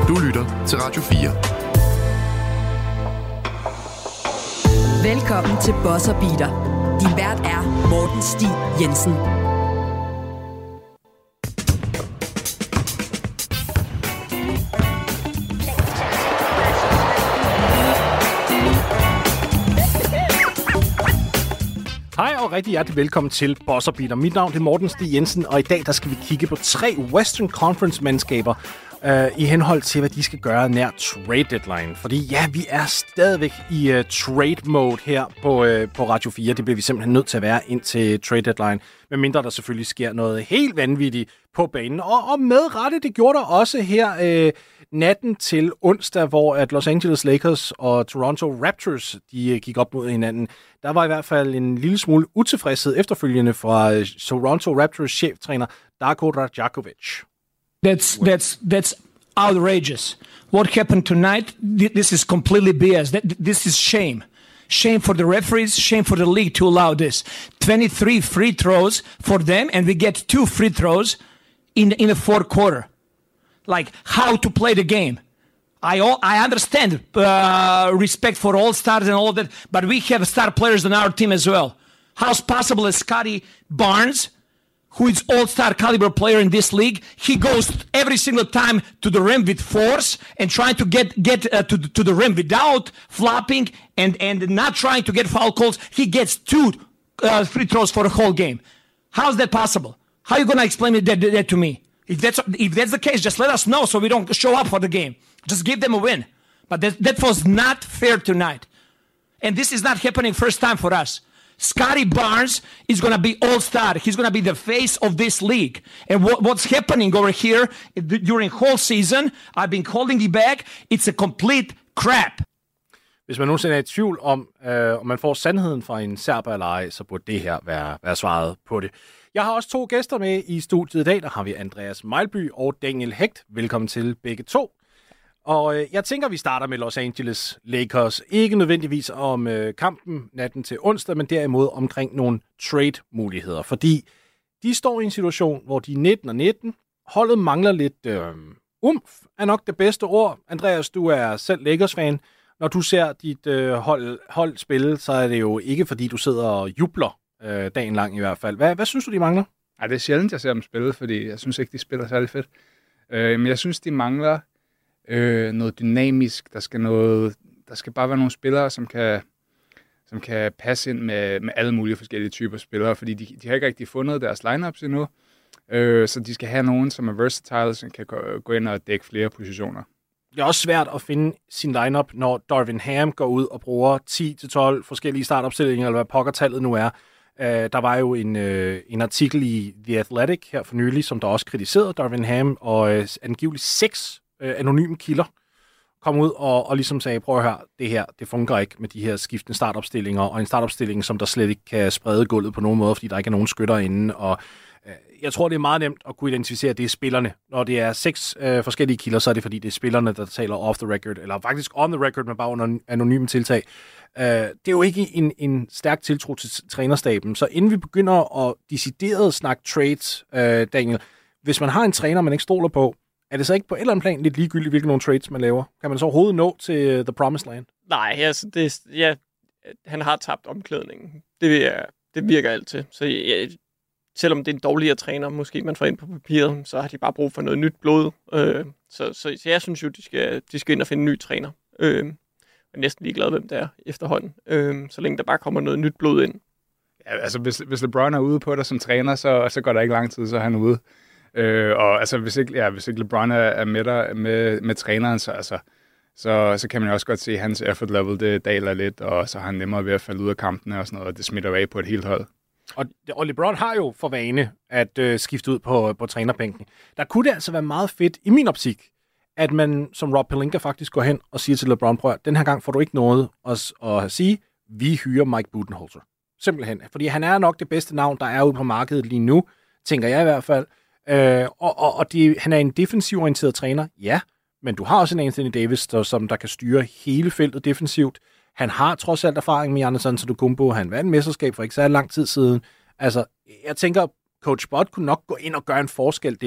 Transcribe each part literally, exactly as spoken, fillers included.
Du lytter til Radio fire. Velkommen til Buzzer Beater. Din vært er Morten Stig Jensen. Hej og rigtig hjertelig velkommen til Buzzer Beater. Mit navn er Morten Stig Jensen, og i dag der skal vi kigge på tre Western Conference-mandskaber øh, i henhold til, hvad de skal gøre nær trade deadline. Fordi ja, vi er stadigvæk i uh, trade mode her på, uh, på Radio fire. Det bliver vi simpelthen nødt til at være indtil trade deadline. Medmindre der selvfølgelig sker noget helt vanvittigt på banen. Og, og med rette, det gjorde der også her øh, natten til onsdag, hvor at Los Angeles Lakers og Toronto Raptors de uh, gik op mod hinanden. Der var i hvert fald en lille smule utilfredshed efterfølgende fra uh, Toronto Raptors cheftræner Darko Rajakovic. That's that's that's outrageous. What happened tonight? This is completely B S. This is shame. Shame for the referees, shame for the league to allow this. twenty-three free throws for them, and we get two free throws in in the fourth quarter. Like how to play the game. I all, I understand uh, respect for all stars and all of that, but we have star players on our team as well. How's possible that Scotty Barnes, who is all-star caliber player in this league, he goes every single time to the rim with force and trying to get get uh, to to the rim without flopping and and not trying to get foul calls. He gets two uh, free throws for the whole game. How's that possible? How are you gonna explain that, that to me? If that's if that's the case, just let us know so we don't show up for the game. Just give them a win. But that that was not fair tonight, and this is not happening first time for us. Scotty Barnes is going to be all-star. He's going to be the face of this league. And what, what's happening over here during whole season, I've been calling it back, it's a complete crap. Hvis man nogensinde er i tvivl om, øh, om man får sandheden fra en serber eller ej, så burde det her være, være svaret på det. Jeg har også to gæster med i studiet i dag. Der har vi Andreas Mejlby og Daniel Hecht. Velkommen til begge to. Og øh, jeg tænker, vi starter med Los Angeles Lakers. Ikke nødvendigvis om øh, kampen natten til onsdag, men derimod omkring nogle trade-muligheder. Fordi de står i en situation, hvor de er nitten og nitten. Holdet mangler lidt øh, umf, er nok det bedste ord. Andreas, du er selv Lakers-fan. Når du ser dit øh, hold, hold spille, så er det jo ikke, fordi du sidder og jubler øh, dagen lang i hvert fald. Hvad, hvad synes du, de mangler? Ej, det er sjældent, jeg ser dem spille, fordi jeg synes ikke, de spiller særlig fedt. Øh, men jeg synes, de mangler Øh, noget dynamisk. Der skal noget, der skal bare være nogle spillere, som kan, som kan passe ind med, med alle mulige forskellige typer spillere, fordi de, de har ikke rigtig fundet deres lineups endnu. Øh, så de skal have nogen, som er versatile, som kan gå, gå ind og dække flere positioner. Det er også svært at finde sin lineup, når Darvin Ham går ud og bruger ti til tolv forskellige startopstillinger, eller hvad pokkertallet nu er. Uh, der var jo en, uh, en artikel i The Athletic her for nylig, som der også kritiserede Darvin Ham, og uh, angiveligt seks uh, anonyme kilder kom ud og, og ligesom sagde, prøv at høre, det her, det fungerer ikke med de her skiftende startopstillinger, og en startopstilling, som der slet ikke kan sprede gulvet på nogen måde, fordi der ikke er nogen skytter inde, og uh, jeg tror, det er meget nemt at kunne identificere, at det er spillerne. Når det er seks uh, forskellige kilder, så er det fordi, det er spillerne, der taler off the record, eller faktisk on the record, men bare under anonyme tiltag. Uh, det er jo ikke en, en stærk tiltro til trænerstaben, så inden vi begynder at decideret snakke trades, uh, Daniel, hvis man har en træner, man ikke stoler på, er det så ikke på et eller andet plan lidt ligegyldigt, hvilke nogle trades man laver? Kan man så overhovedet nå til uh, The Promised Land? Nej, altså, det, ja, han har tabt omklædningen. Det, det virker altid. Så ja, selvom det er en dårligere træner, måske man får ind på papiret, så har de bare brug for noget nyt blod. Uh, så, så, så jeg synes jo, de skal, de skal ind og finde en ny træner. Uh, Jeg er næsten ligeglad, hvem det er efterhånden, øh, så længe der bare kommer noget nyt blod ind. Ja, altså hvis, hvis LeBron er ude på det som træner, så, så går der ikke lang tid, så er han ude. Øh, og altså hvis ikke, ja, hvis ikke LeBron er, er med, der, med, med træneren, så, altså, så, så kan man jo også godt se, at hans effort level det daler lidt, og så har han nemmere ved at falde ud af kampene og sådan noget, og det smitter af på et helt hold. Og, og LeBron har jo for vane at øh, skifte ud på, på trænerbænken. Der kunne det altså være meget fedt, i min optik, at man som Rob Pelinka faktisk går hen og siger til LeBron, prøv, den her gang får du ikke noget at, at sige, vi hyrer Mike Budenholzer. Simpelthen. Fordi han er nok det bedste navn, der er ude på markedet lige nu, tænker jeg i hvert fald. Øh, og og, og det, han er en defensivorienteret træner, ja, men du har også en Anthony Davis, der, som der kan styre hele feltet defensivt. Han har trods alt erfaring med Giannis Antetokounmpo. Han vandt mesterskab for ikke så lang tid siden. Altså, jeg tænker, Coach Bud kunne nok gå ind og gøre en forskel der,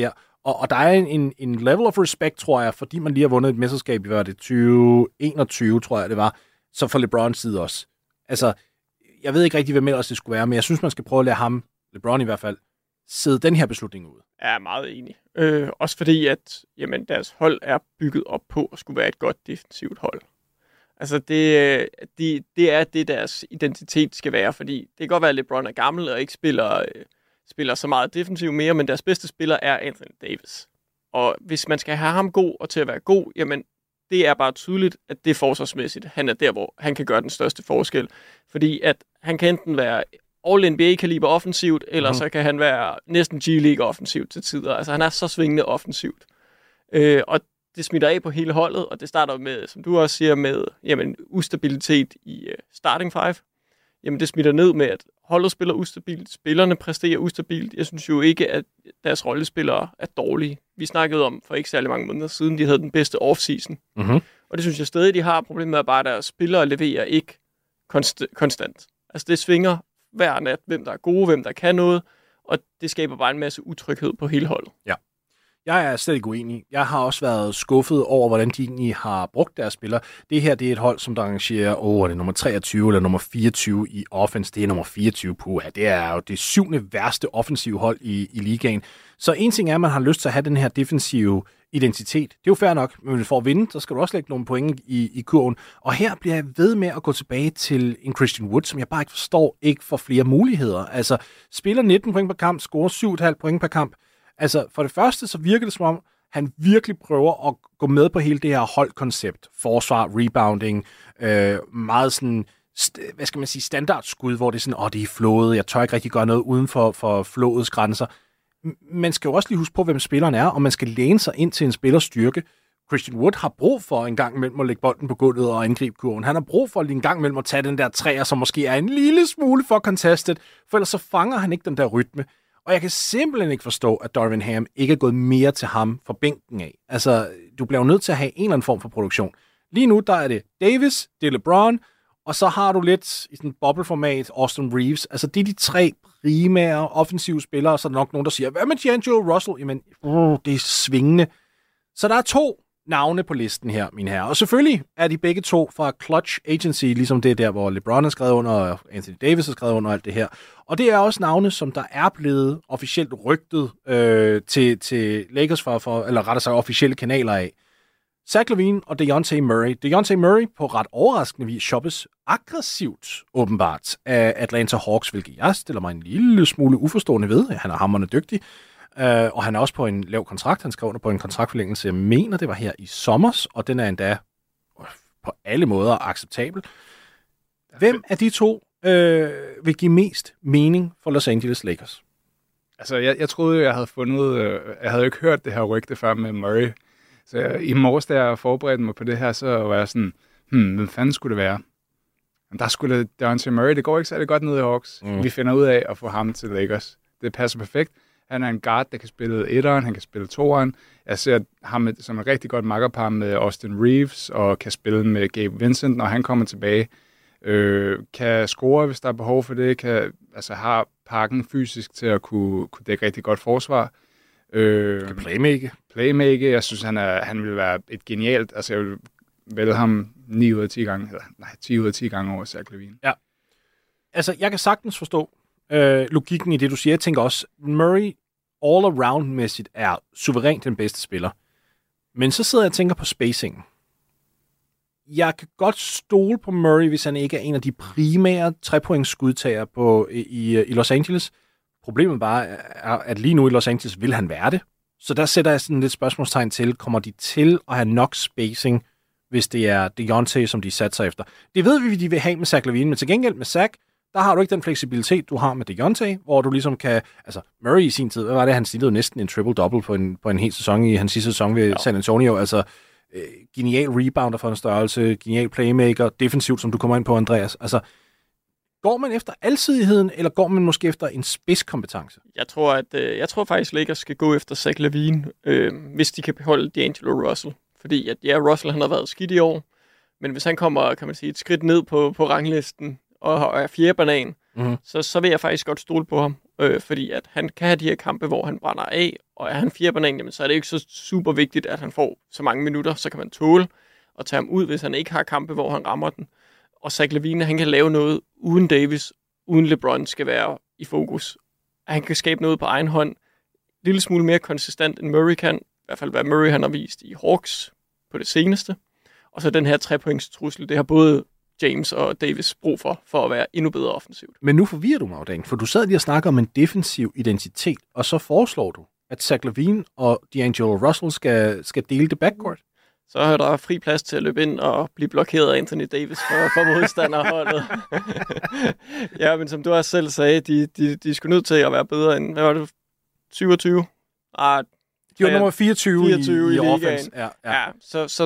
Og, og der er en, en level of respect, tror jeg, fordi man lige har vundet et mesterskab i, hvad var det, tyve enogtyve, tror jeg det var, så for LeBrons side også. Altså, jeg ved ikke rigtig, hvad ellers det skulle være, men jeg synes, man skal prøve at lade ham, LeBron i hvert fald, sidde den her beslutning ud. Jeg er meget enig. Øh, også fordi, at jamen, deres hold er bygget op på at skulle være et godt defensivt hold. Altså, det, det, det er det, deres identitet skal være, fordi det kan godt være, at LeBron er gammel og ikke spiller, øh, spiller så meget defensiv mere, men deres bedste spiller er Anthony Davis. Og hvis man skal have ham god og til at være god, jamen, det er bare tydeligt, at det forsvarsmæssigt, han er der, hvor han kan gøre den største forskel. Fordi at han kan enten være All-N B A-kaliber offensivt, eller mm. så kan han være næsten G-League offensivt til tider. Altså, han er så svingende offensivt. Øh, og det smitter af på hele holdet, og det starter med, som du også siger, med jamen, ustabilitet i uh, starting five. Jamen, det smitter ned med, at holdet spiller ustabilt, spillerne præsterer ustabilt. Jeg synes jo ikke, at deres rollespillere er dårlige. Vi snakkede om for ikke særlig mange måneder siden, de havde den bedste off-season. Mm-hmm. Og det synes jeg stadig, de har. Problemet er bare, at deres spillere leverer ikke konst- konstant. Altså, det svinger hver nat, hvem der er gode, hvem der kan noget, og det skaber bare en masse utryghed på hele holdet. Ja. Jeg er slet ikke uenig. Jeg har også været skuffet over, hvordan de egentlig har brugt deres spillere. Det her, det er et hold, som der arrangerer, åh, er det nummer treogtyve eller nummer fireogtyve i offense. Det er nummer fireogtyve på. Ja, det er jo det syvende værste offensive hold i, i ligaen. Så en ting er, at man har lyst til at have den her defensive identitet. Det er jo fair nok, men for at vinde, så skal du også lægge nogle point i, i kurven. Og her bliver jeg ved med at gå tilbage til en Christian Wood, som jeg bare ikke forstår, ikke får flere muligheder. Altså, spiller nitten point per kamp, scorer syv komma fem point per kamp. Altså, for det første, så virker det som om, han virkelig prøver at gå med på hele det her holdkoncept. Forsvar, rebounding, øh, meget sådan, st- hvad skal man sige, standardskud, hvor det er sådan, åh, det er flået, jeg tør ikke rigtig gøre noget uden for, for flådets grænser. Man skal jo også lige huske på, hvem spilleren er, og man skal læne sig ind til en spillers styrke. Christian Wood har brug for en gang imellem at lægge bolden på gulvet og angribe kurven. Han har brug for en gang imellem at tage den der træer, som måske er en lille smule for contested, for ellers så fanger han ikke den der rytme. Og jeg kan simpelthen ikke forstå, at Darvin Ham ikke er gået mere til ham fra bænken af. Altså, du bliver jo nødt til at have en eller anden form for produktion. Lige nu, der er det Davis, det er LeBron, og så har du lidt i sådan et bobleformat Austin Reeves. Altså, det er de tre primære offensive spillere, så er der nok nogen, der siger, hvad med D'Angelo Russell? Jamen, uh, det er svingende. Så der er to navne på listen her, mine herrer. Og selvfølgelig er de begge to fra Clutch Agency, ligesom det der, hvor LeBron er skrevet under, og Anthony Davis er skrevet under alt det her. Og det er også navne, som der er blevet officielt rygtet øh, til, til Lakers, for, for, eller rettere sagt officielle kanaler af. Zach LaVine og Dejounte Murray. Dejounte Murray på ret overraskende vis shoppes aggressivt, åbenbart, af Atlanta Hawks, hvilket jeg stiller mig en lille smule uforstående ved. Han er hamrende dygtig. Uh, og han er også på en lav kontrakt. Han skrev under på en kontraktforlængelse, jeg mener, det var her i sommers, og den er endda på alle måder acceptabel. Hvem af de to øh, vil give mest mening for Los Angeles Lakers? Altså, jeg, jeg troede, jeg havde fundet... Øh, jeg havde jo ikke hørt det her rygte før med Murray. Så jeg, i morges, da jeg forberedte mig på det her, så var jeg sådan, hmm, hvem fanden skulle det være? Men der skulle det Dejounte Murray. Det går ikke særlig godt ned i Hawks. Mm. Vi finder ud af at få ham til Lakers. Det passer perfekt. Han er en guard, der kan spille etteren, han kan spille toeren. Jeg ser ham som et rigtig godt makkerpar med Austin Reeves, og kan spille med Gabe Vincent, når han kommer tilbage. Øh, kan score, hvis der er behov for det. Kan, altså har pakken fysisk til at kunne, kunne dække rigtig godt forsvar. Øh, kan playmake. Playmake. Jeg synes, han, er, han vil være et genialt... Altså, jeg vil vælge ham ni ud af ti gange. Eller, nej, ti ud af ti gange over Zach LaVine. Ja. Altså, jeg kan sagtens forstå Øh, logikken i det, du siger. Jeg tænker også, Murray all-around-mæssigt er suverænt den bedste spiller. Men så sidder jeg og tænker på spacingen. Jeg kan godt stole på Murray, hvis han ikke er en af de primære trepoints skudtager på, i, i, i Los Angeles. Problemet bare er, at lige nu i Los Angeles vil han være det. Så der sætter jeg sådan lidt spørgsmålstegn til, kommer de til at have nok spacing, hvis det er Dejounte, som de satser efter? Det ved vi, de vil have med Zach LaVine, men til gengæld med Zach, der har du ikke den fleksibilitet, du har med Dejounte, hvor du ligesom kan... Altså, Murray i sin tid, hvad var det? Han stillede næsten en triple-double på en, på en hel sæson i hans sidste sæson ved ja. San Antonio. Altså, øh, genial rebounder for en størrelse, genial playmaker, defensivt, som du kommer ind på, Andreas. Altså, går man efter alsidigheden, eller går man måske efter en spidskompetence? Jeg tror, at øh, jeg tror faktisk, Lakers skal gå efter Zach LaVine, øh, hvis de kan beholde D'Angelo Russell. Fordi at, ja, Russell han har været skidt i år, men hvis han kommer, kan man sige, et skridt ned på, på ranglisten, og er fjerde banan, mm-hmm. så, så vil jeg faktisk godt stole på ham. Øh, fordi at han kan have de her kampe, hvor han brænder af, og er han fire banan, jamen, så er det ikke så super vigtigt, at han får så mange minutter, så kan man tåle at tage ham ud, hvis han ikke har kampe, hvor han rammer den. Og Zach LaVine, han kan lave noget uden Davis, uden LeBron skal være i fokus. Han kan skabe noget på egen hånd, en lille smule mere konsistent end Murray kan, i hvert fald hvad Murray han har vist i Hawks på det seneste. Og så den her trepointstrussel, det har både James og Davis brug for, for at være endnu bedre offensivt. Men nu forvirrer du mig, Dan, for du sad lige og snakker om en defensiv identitet, og så foreslår du, at Zach LaVine og D'Angelo Russell skal, skal dele det backcourt. Så er der fri plads til at løbe ind og blive blokeret af Anthony Davis for, for modstanderholdet. Ja, men som du også selv sagde, de, de, de skulle nødt til at være bedre end, hvad var det, syvogtyve? Ah, de var nummer fireogtyve, fireogtyve i, i, i offense. Ja, ja. ja så, så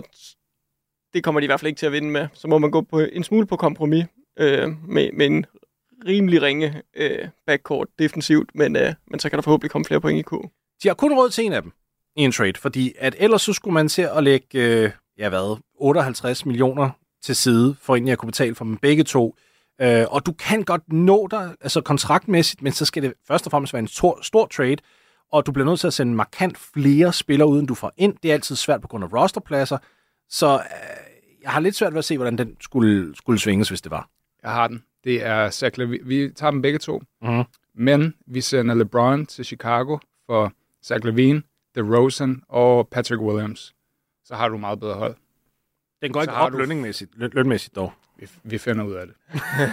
det kommer de i hvert fald ikke til at vinde med. Så må man gå på en smule på kompromis øh, med, med en rimelig ringe øh, backcourt defensivt, men, øh, men så kan der forhåbentlig komme flere point i K. De har kun råd til en af dem i en trade, fordi at ellers så skulle man til at lægge, øh, ja hvad, otteoghalvtreds millioner til side, for egentlig at kunne betale for dem begge to. Øh, og du kan godt nå dig, altså kontraktmæssigt, men så skal det først og fremmest være en stor, stor trade, og du bliver nødt til at sende markant flere spillere, uden du får ind. Det er altid svært på grund af rosterpladser, så øh, jeg har lidt svært ved at se, hvordan den skulle, skulle svinges, hvis det var. Jeg har den. Det er Zach LaVine. Vi tager dem begge to, mm-hmm. men vi sender LeBron til Chicago for Zach LaVine, DeRozan og Patrick Williams. Så har du meget bedre hold. Den går ikke op du... lønningsmæssigt, løn, lønmæssigt dog. Vi, vi finder ud af det.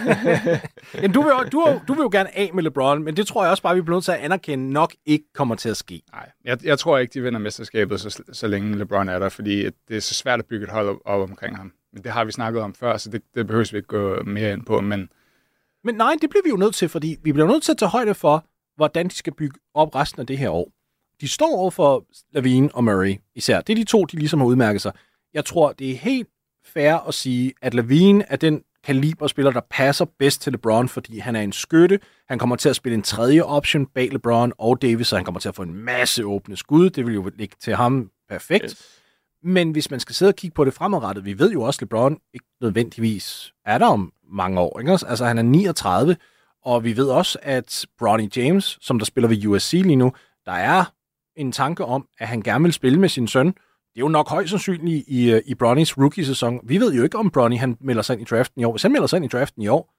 Jamen, du, vil, du, du vil jo gerne af med LeBron, men det tror jeg også bare, vi bliver nødt til at anerkende, nok ikke kommer til at ske. Nej, jeg, jeg tror ikke, de vinder mesterskabet, så, så længe LeBron er der, fordi det er så svært at bygge et hold op, op omkring ham. Men det har vi snakket om før, så det, det behøver vi ikke gå mere ind på. Men... men nej, det bliver vi jo nødt til, fordi vi bliver nødt til at tage højde for, hvordan de skal bygge op resten af det her år. De står over for LaVine og Murray især. Det er de to, de ligesom har udmærket sig. Jeg tror, det er helt fair at sige, at LaVine er den kaliberspiller, der passer bedst til LeBron, fordi han er en skytte. Han kommer til at spille en tredje option bag LeBron og Davis, så han kommer til at få en masse åbne skud. Det vil jo ligge til ham perfekt. Yes. Men hvis man skal sidde og kigge på det fremadrettet, vi ved jo også, at LeBron ikke nødvendigvis er der om mange år. Ikke? Altså, han er niogtredive, og vi ved også, at Bronny James, som der spiller ved U S C lige nu, der er en tanke om, at han gerne vil spille med sin søn. Det er jo nok højst sandsynligt i, i Bronnys rookie-sæson. Vi ved jo ikke, om Bronny han melder sig ind i draften i år. Hvis han melder sig ind i draften i år,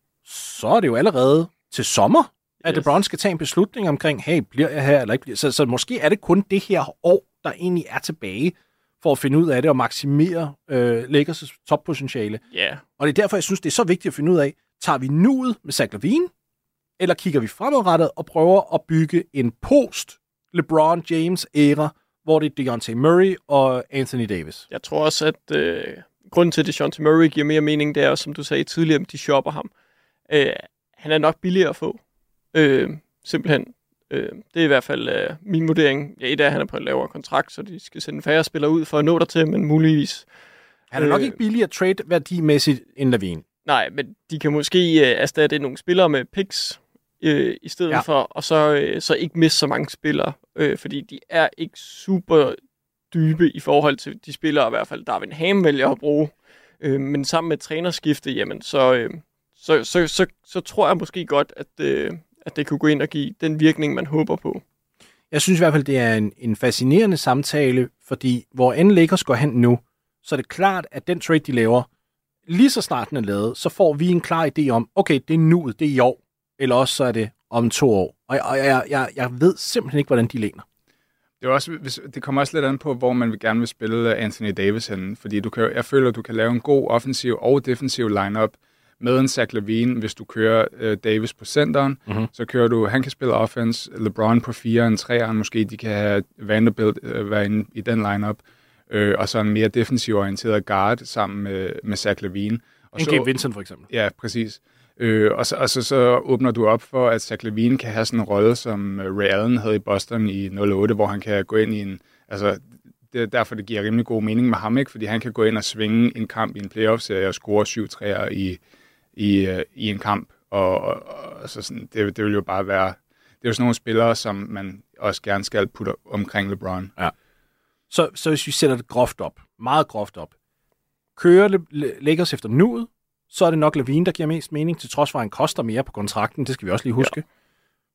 så er det jo allerede til sommer, at yes. LeBron skal tage en beslutning omkring, hey, bliver jeg her eller ikke bliver. Så, så måske er det kun det her år, der egentlig er tilbage, for at finde ud af det og maksimere øh, Lakers' toppotentiale. Yeah. Og det er derfor, jeg synes, det er så vigtigt at finde ud af, tager vi nuet med Zach LaVine, eller kigger vi fremadrettet og prøver at bygge en post-LeBron James-æra, hvor det er Dejounte Murray og Anthony Davis. Jeg tror også, at øh, grunden til, at Dejounte Murray giver mere mening, det er også, som du sagde tidligere, at de shopper ham. Øh, han er nok billigere at få. Øh, simpelthen. Øh, det er i hvert fald øh, min vurdering. Ja, et er, at han er på en lavere kontrakt, så de skal sende færre spillere ud for at nå der til, men muligvis... Han er nok øh, ikke billigere trade-værdimæssigt end LaVine. Nej, men de kan måske øh, erstatte nogle spillere med picks øh, i stedet ja. for, og så, øh, så ikke miste så mange spillere, øh, fordi de er ikke super dybe i forhold til de spillere, i hvert fald Darvin Ham vælger at bruge. Øh, men sammen med trænerskifte, jamen, så, øh, så, så, så, så tror jeg måske godt, at, øh, at det kunne gå ind og give den virkning, man håber på. Jeg synes i hvert fald, det er en, en fascinerende samtale, fordi hvor end Lakers går hen nu, så er det klart, at den trade, de laver, lige så snart den er lavet, så får vi en klar idé om, okay, det er nu, det er i år, eller også så er det om to år. Og jeg, jeg, jeg, jeg ved simpelthen ikke, hvordan de læner. Det, er også, det kommer også lidt an på, hvor man vil gerne vil spille Anthony Davis henne, fordi du kan, jeg føler, at du kan lave en god offensiv og defensiv lineup med en Zach LaVine, hvis du kører uh, Davis på centeren, mm-hmm. så kører du, han kan spille offense, LeBron på firen, treeren, måske de kan have Vanderbilt uh, være inde i den lineup, uh, og så en mere defensiv orienteret guard sammen med, med Zach LaVine. Og en så, Gabe Vincent for eksempel. Ja, præcis. Uh, og så, og så, så åbner du op for, at Zach LaVine kan have sådan en rolle, som Ray Allen havde i Boston i nul otte, hvor han kan gå ind i en, altså det er derfor, det giver rimelig god mening med ham, ikke? Fordi han kan gå ind og svinge en kamp i en playoff-serie og score syv træer i I, uh, i en kamp, og, og, og så sådan, det, det vil jo bare være, det er jo sådan nogle spillere, som man også gerne skal putte omkring LeBron. Ja. Så, så hvis vi sætter det groft op, meget groft op, kører Le- Le- Lakers efter nuet, så er det nok LaVine, der giver mest mening, til trods for, at han koster mere på kontrakten, det skal vi også lige huske. Ja.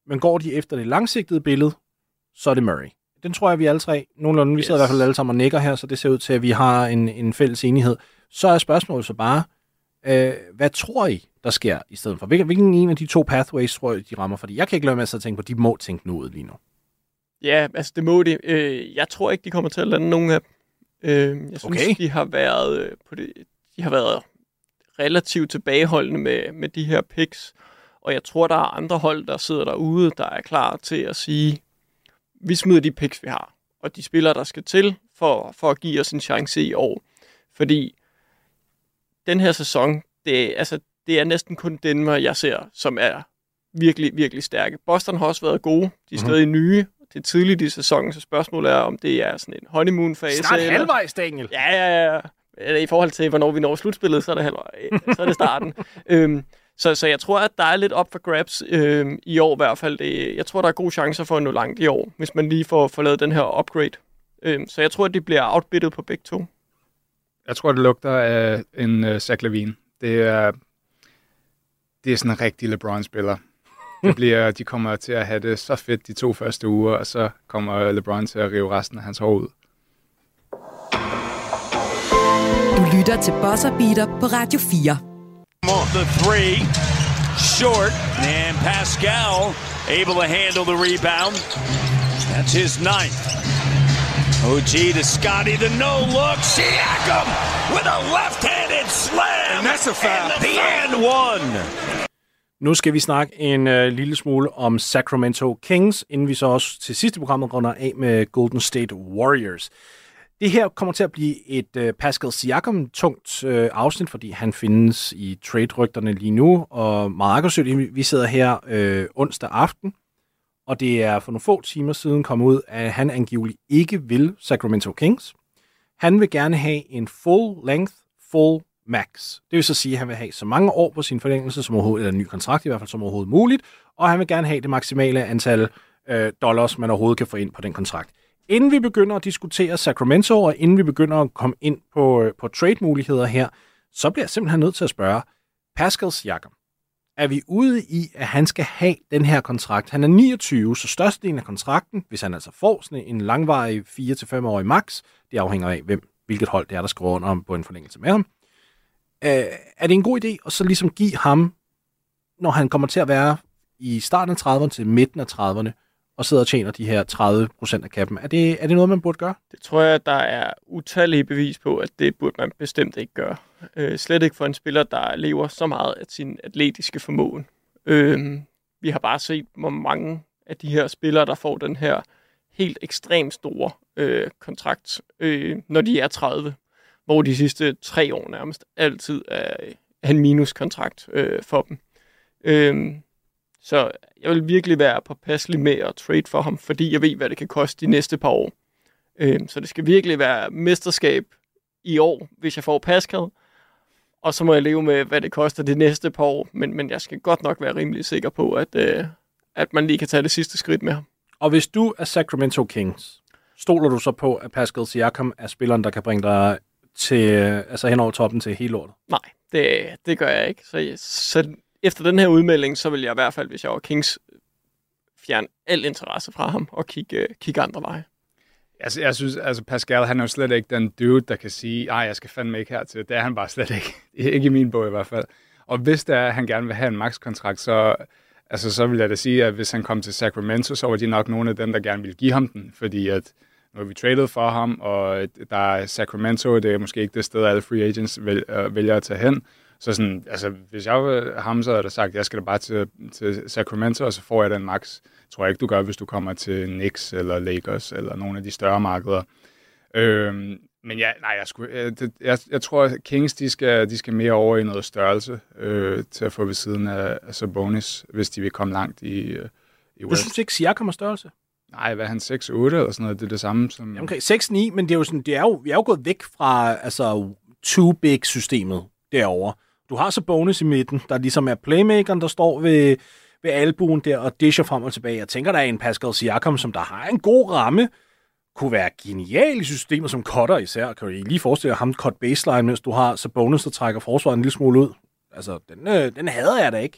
Men går de efter det langsigtede billede, så er det Murray. Den tror jeg, vi alle tre, nogenlunde, vi yes. sidder i hvert fald alle sammen og nikker her, så det ser ud til, at vi har en, en fælles enighed. Så er spørgsmålet så bare, øh, hvad tror I, der sker i stedet for? Hvilken, hvilken en af de to pathways tror I, de rammer? Fordi jeg kan ikke lade med at tænke på, at de må tænke noget lige nu. Ja, altså det må de. Øh, jeg tror ikke, de kommer til at lande nogen af dem. Øh, jeg synes, okay. de har været øh, på det, de har været relativt tilbageholdende med, med de her picks. Og jeg tror, der er andre hold, der sidder derude, der er klar til at sige, vi smider de picks, vi har. Og de spillere, der skal til for, for at give os en chance i år. Fordi den her sæson, det, altså, det er næsten kun Denver, jeg ser, som er virkelig, virkelig stærke. Boston har også været gode. De er stadig mm-hmm. nye. Det er tidligt i sæsonen, så spørgsmålet er, om det er sådan en honeymoon-fase. Snart eller... halvvejs, Daniel. Ja, ja, ja. I forhold til, hvornår vi når slutspillet, så er det halvvejs. Så er det starten. øhm, så, så jeg tror, at der er lidt op for grabs øhm, i år i hvert fald. Det, jeg tror, der er gode chancer for at nå langt i år, hvis man lige får, får lavet den her upgrade. Øhm, så jeg tror, at de bliver outbittet på begge to. Jeg tror, det lugter af en uh, Zach LaVine. Det er, det er sådan en rigtig LeBron-spiller. Det bliver, de kommer til at have det så fedt de to første uger, og så kommer LeBron til at rive resten af hans hår ud. Du lytter til Buzzer Beater på Radio fire. The three, short, and Pascal able to handle the rebound. That's his ninth. O G to Scotty, the no-look. Siakam with a left-handed slam. And that's a foul. And the and one. Nu skal vi snakke en øh, lille smule om Sacramento Kings, inden vi så også til sidste programmet runder af med Golden State Warriors. Det her kommer til at blive et øh, Pascal Siakam-tungt øh, afsnit, fordi han findes i trade-rygterne lige nu, og meget aggressivt. Vi sidder her øh, onsdag aften, og det er for nogle få timer siden kommet ud, at han angiveligt ikke vil Sacramento Kings. Han vil gerne have en full-length, full max. Det vil så sige, at han vil have så mange år på sin forlængelse som overhovedet, eller en ny kontrakt i hvert fald som overhovedet muligt, og han vil gerne have det maksimale antal øh, dollars, man overhovedet kan få ind på den kontrakt. Inden vi begynder at diskutere Sacramento, og inden vi begynder at komme ind på, øh, på trade-muligheder her, så bliver jeg simpelthen nødt til at spørge, Pascal Siakam, er vi ude i, at han skal have den her kontrakt? Han er niogtyve, så størstedelen af kontrakten, hvis han altså får sådan en langvarig fire til fem årig max, det afhænger af, hvem, hvilket hold det er, der skriver under på en forlængelse med ham. Uh, er det en god idé at så ligesom give ham, når han kommer til at være i starten af trediverne til midten af trediverne, og sidder og tjener de her tredive procent af kappen? Er det, er det noget, man burde gøre? Det tror jeg, der er utallige bevis på, at det burde man bestemt ikke gøre. Uh, slet ikke for en spiller, der lever så meget af sin atletiske formåen. Uh, vi har bare set, hvor mange af de her spillere, der får den her helt ekstremt store uh, kontrakt, uh, når de er tredive. Hvor de sidste tre år nærmest altid er en minuskontrakt øh, for dem. Øhm, så jeg vil virkelig være påpasselig med at trade for ham, fordi jeg ved, hvad det kan koste de næste par år. Øhm, så det skal virkelig være mesterskab i år, hvis jeg får Pascal. Og så må jeg leve med, hvad det koster de næste par år. Men, men jeg skal godt nok være rimelig sikker på, at, øh, at man lige kan tage det sidste skridt med ham. Og hvis du er Sacramento Kings, stoler du så på, at Pascal Siakam er spilleren, der kan bringe dig til, altså hen over toppen til hele lortet? Nej, det, det gør jeg ikke. Så, så efter den her udmelding, så vil jeg i hvert fald, hvis jeg var Kings, fjerne al interesse fra ham og kigge, kigge andre veje. Altså, jeg synes, altså Pascal, han er jo slet ikke den dude, der kan sige, ej, jeg skal fandme ikke hertil. Det er han bare slet ikke. Ikke i min bog i hvert fald. Og hvis det er, at han gerne vil have en max-kontrakt, så, altså, så vil jeg da sige, at hvis han kom til Sacramento, så var de nok nogle af dem, der gerne ville give ham den. Fordi at nu har vi traded for ham, og der er Sacramento, det er måske ikke det sted, alle free agents vælger at tage hen. Så sådan, altså, hvis jeg var ham, så havde jeg sagt, at jeg skal da bare til, til Sacramento, og så får jeg den max. Tror jeg ikke, du gør, hvis du kommer til Knicks eller Lakers eller nogle af de større markeder. Øhm, men ja, nej, jeg, skulle, jeg, det, jeg, jeg tror, at Kings, de skal, de skal mere over i noget størrelse øh, til at få ved siden af, af Sabonis, hvis de vil komme langt i, i West. Du synes ikke, Siakam er størrelse? Nej, hvad er han, seks otte eller sådan noget? Det er det samme som... Okay, seks ni, men det er jo sådan, det er jo, vi er jo gået væk fra altså, two-big-systemet derovre. Du har så bonus i midten, der ligesom er playmakeren, der står ved, ved albuen der og disher frem og tilbage. Jeg tænker, der er en Pascal Siakam, som der har en god ramme, kunne være genial i systemet som cutter især. Kan du lige forestille dig ham cut baseline, mens du har så bonus, der trækker forsvaret en lille smule ud? Altså, den, øh, den hader jeg da ikke.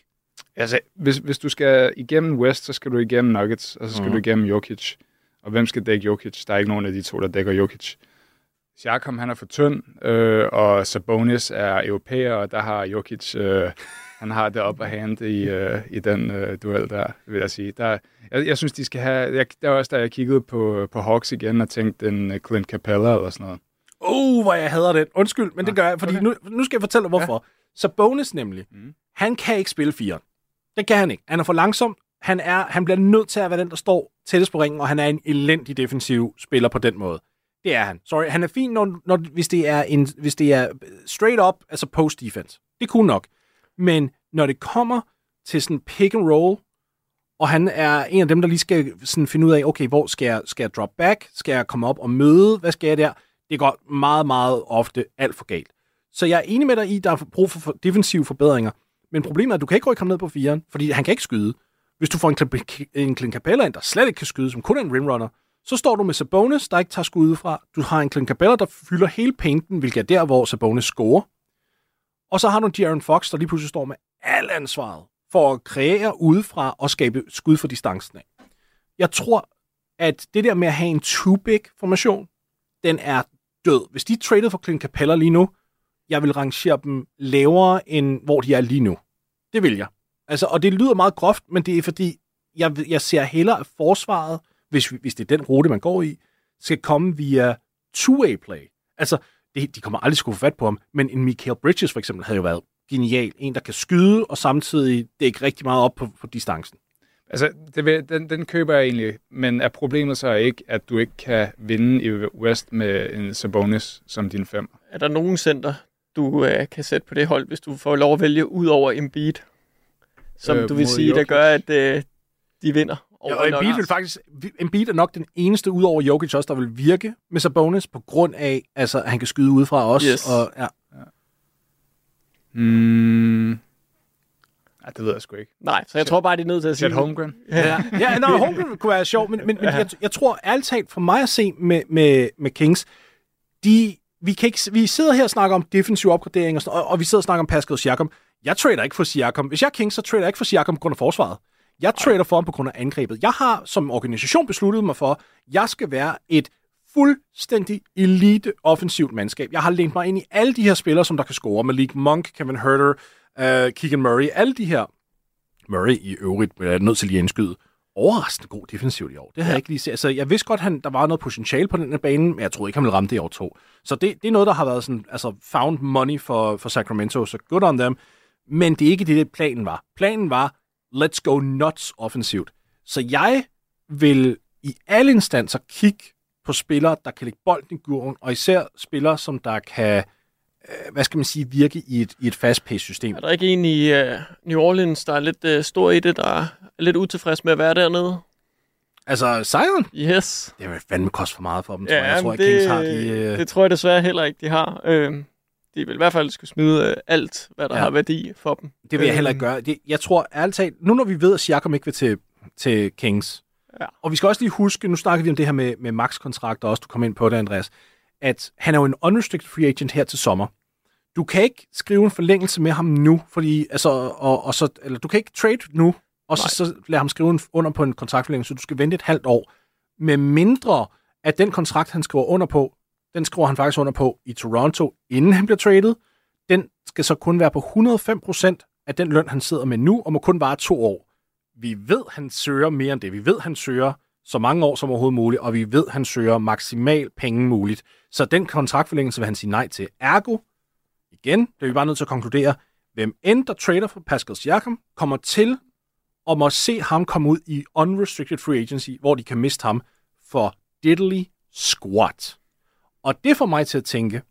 Altså, hvis, hvis du skal igennem West, så skal du igennem Nuggets, og så skal mm. du igennem Jokic. Og hvem skal dække Jokic? Der er ikke nogen af de to, der dækker Jokic. Siakam, han er for tynd, øh, og Sabonis er europæer, og der har Jokic, øh, han har det op at hand i, øh, i den øh, duel der, vil jeg sige. Der, jeg, jeg synes, de skal have... Jeg, der var også, da jeg kiggede på, på Hawks igen, og tænkte en uh, Clint Capella eller sådan noget. Uh, hvor jeg hader det. Undskyld, men ja, det gør jeg, fordi okay. nu, nu skal jeg fortælle dig, hvorfor. Ja. Sabonis nemlig, mm. han kan ikke spille firen. Det kan han ikke. Han er for langsom. Han, er, han bliver nødt til at være den, der står tættest på ringen, og han er en elendig defensiv spiller på den måde. Det er han. Sorry, han er fin, når, når, hvis, det er en, hvis det er straight up, altså post-defense. Det er cool nok. Men når det kommer til sådan pick and roll, og han er en af dem, der lige skal sådan finde ud af, okay, hvor skal jeg, skal jeg drop back? Skal jeg komme op og møde? Hvad skal jeg der? Det går meget, meget ofte alt for galt. Så jeg er enig med dig i, at der er brug for defensive forbedringer. Men problemet er, at du kan ikke rykke ham ned på firen, fordi han kan ikke skyde. Hvis du får en, en Clint Capella ind, der slet ikke kan skyde, som kun er en rimrunner, så står du med Sabonis, der ikke tager skud fra. Du har en Clint Capella, der fylder hele painten, hvilket er der, hvor Sabonis scorer. Og så har du en De'Aaron Fox, der lige pludselig står med al ansvaret for at kreere udefra og skabe skud for distancen af. Jeg tror, at det der med at have en too-big-formation, den er død. Hvis de traded for Clint Capella lige nu, jeg vil rangere dem lavere, end hvor de er lige nu. Det vil jeg. Altså, og det lyder meget groft, men det er fordi, jeg, jeg ser hellere, at forsvaret, hvis, hvis det er den rute, man går i, skal komme via two-way play. Altså, det, de kommer aldrig skulle få fat på ham, men en Mikal Bridges for eksempel havde jo været genial. En, der kan skyde, og samtidig dække rigtig meget op på, på distancen. Altså, det vil, den, den køber jeg egentlig, men er problemet så ikke, at du ikke kan vinde i West med en Sabonis som din fem? Er der nogen center, du øh, kan sætte på det hold, hvis du får lov at vælge ud over Embiid, som øh, du vil sige, Jokic, der gør, at øh, de vinder? Ja, og Embiid vil faktisk, Embiid er nok den eneste ud over Jokic også, der vil virke med Sabonis, på grund af, altså, at han kan skyde udefra også. Yes. Og, ja. Ja. Hmm. Ja, det ved jeg sgu ikke. Nej, så jeg tror bare, det er nødt til at sige... Chet Holmgren? Ja, ja no, Holmgren kunne være sjov, men, men, men jeg, jeg tror ærligt talt, for mig at se med, med, med Kings, de, vi, kan ikke, vi sidder her og snakker om defensiv opgradering, og, og, og vi sidder og snakker om Pascal Siakam. Jeg trader ikke for Siakam. Hvis jeg er Kings, så trader jeg ikke for Siakam på grund af forsvaret. Jeg trader for ham på grund af angrebet. Jeg har som organisation besluttet mig for, at jeg skal være et fuldstændig elite offensivt mandskab. Jeg har lænt mig ind i alle de her spillere, som der kan score. Malik Monk, Kevin Huerter, uh, Keegan Murray, alle de her. Murray i øvrigt er nødt til lige at indskyde. Overraskende god defensivt i år. Det har ja. jeg ikke lige set. Altså, jeg vidste godt, at der var noget potentiale på den her bane, men jeg troede ikke, han ville ramme det i år to. Så det, det er noget, der har været sådan, altså found money for, for Sacramento, så good on them. Men det er ikke det, det planen var. Planen var, let's go nuts offensivt. Så jeg vil i alle instanser kigge på spillere, der kan lægge bolden i gurven, og især spillere, som der kan, øh, hvad skal man sige, virke i et, i et fast-paced system. Er der ikke en i uh, New Orleans, der er lidt uh, stor i det, der er lidt utilfreds med at være dernede? Altså, Zion? Yes. Det vil fandme koste for meget for dem, ja, tror jeg. Jeg tror, det, at Kings har de... Øh... Det tror jeg desværre heller ikke, de har. Øh, de vil i hvert fald skulle smide øh, alt, hvad der ja. har værdi for dem. Det vil jeg heller ikke gøre. Det, jeg tror ærligt talt, nu når vi ved, at Siakam ikke vil til, til Kings, ja. og vi skal også lige huske, nu snakker vi om det her med, med max-kontrakter også, du kom ind på det, Andreas, at han er jo en unrestricted free agent her til sommer. Du kan ikke skrive en forlængelse med ham nu, fordi, altså, og, og så, eller du kan ikke trade nu, og så, så lade ham skrive en, under på en kontraktforlængelse, så du skal vente et halvt år. Med mindre, at den kontrakt, han skriver under på, den skriver han faktisk under på i Toronto, inden han bliver traded. Den skal så kun være på hundrede og fem procent af den løn, han sidder med nu, og må kun vare to år. Vi ved, han søger mere end det. Vi ved, han søger så mange år som overhovedet muligt, og vi ved, han søger maksimal penge muligt. Så den kontraktforlængelse vil han sige nej til. Ergo, igen, det er vi bare nødt til at konkludere, hvem end der trader for Pascal Siakam, kommer til og må se ham komme ud i unrestricted free agency, hvor de kan miste ham for diddly squat. Og det får mig til at tænke,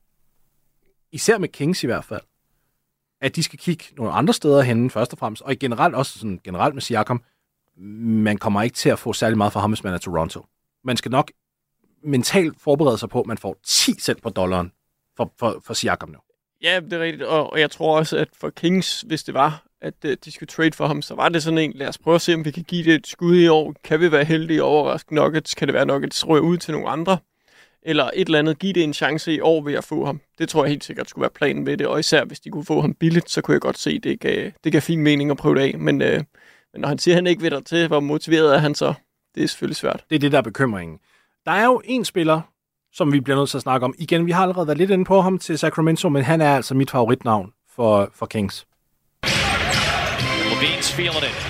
især med Kings i hvert fald, at de skal kigge nogle andre steder hen først og fremmest, og generelt også sådan generelt med Siakam, man kommer ikke til at få særlig meget for ham, hvis man er Toronto. Man skal nok mentalt forberede sig på, at man får ti cent på dollaren for, for, for Siakam nu. Ja, det er rigtigt, og, og jeg tror også, at for Kings, hvis det var, at uh, de skulle trade for ham, så var det sådan en, lad os prøve at se, om vi kan give det et skud i år. Kan vi være heldige og overraske Nuggets? Kan det være Nuggets ryger ud til nogle andre? eller et eller andet, give det en chance i år ved at få ham. Det tror jeg helt sikkert skulle være planen med det, og især hvis de kunne få ham billigt, så kunne jeg godt se, at det gav, det gav fin mening at prøve det af. Men, øh, men når han siger, at han ikke ved der til, hvor motiveret er han så, det er selvfølgelig svært. Det er det, der er bekymringen. Der er jo en spiller, som vi bliver nødt til at snakke om. Igen, vi har allerede været lidt inde på ham til Sacramento, men han er altså mit favoritnavn for, for Kings. Levine's feeling it.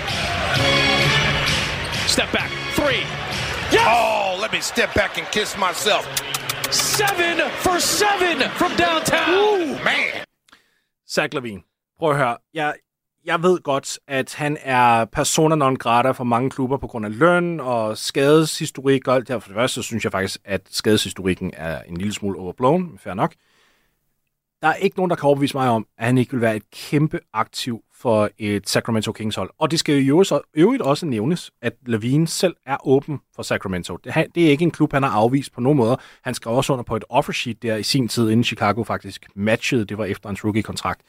Step back, three. Yes! Oh, let me step back and kiss myself. Seven for seven from downtown. Ooh, man. Zach LaVine, prøv at høre. Jeg, jeg ved godt, at han er persona non grata for mange klubber på grund af løn og skadeshistorik og alt det her. For det første, så synes jeg faktisk, at skadeshistorikken er en lille smule overblown. Fair nok. Der er ikke nogen, der kan overbevise mig om, at han ikke vil være et kæmpe aktiv for et Sacramento Kings hold. Og det skal jo i øvrigt også nævnes, at LaVine selv er åben for Sacramento. Det er ikke en klub, han har afvist på nogen måde. Han skrev også under på et offersheet der i sin tid, inden Chicago faktisk matchede. Det var efter hans rookie-kontrakt.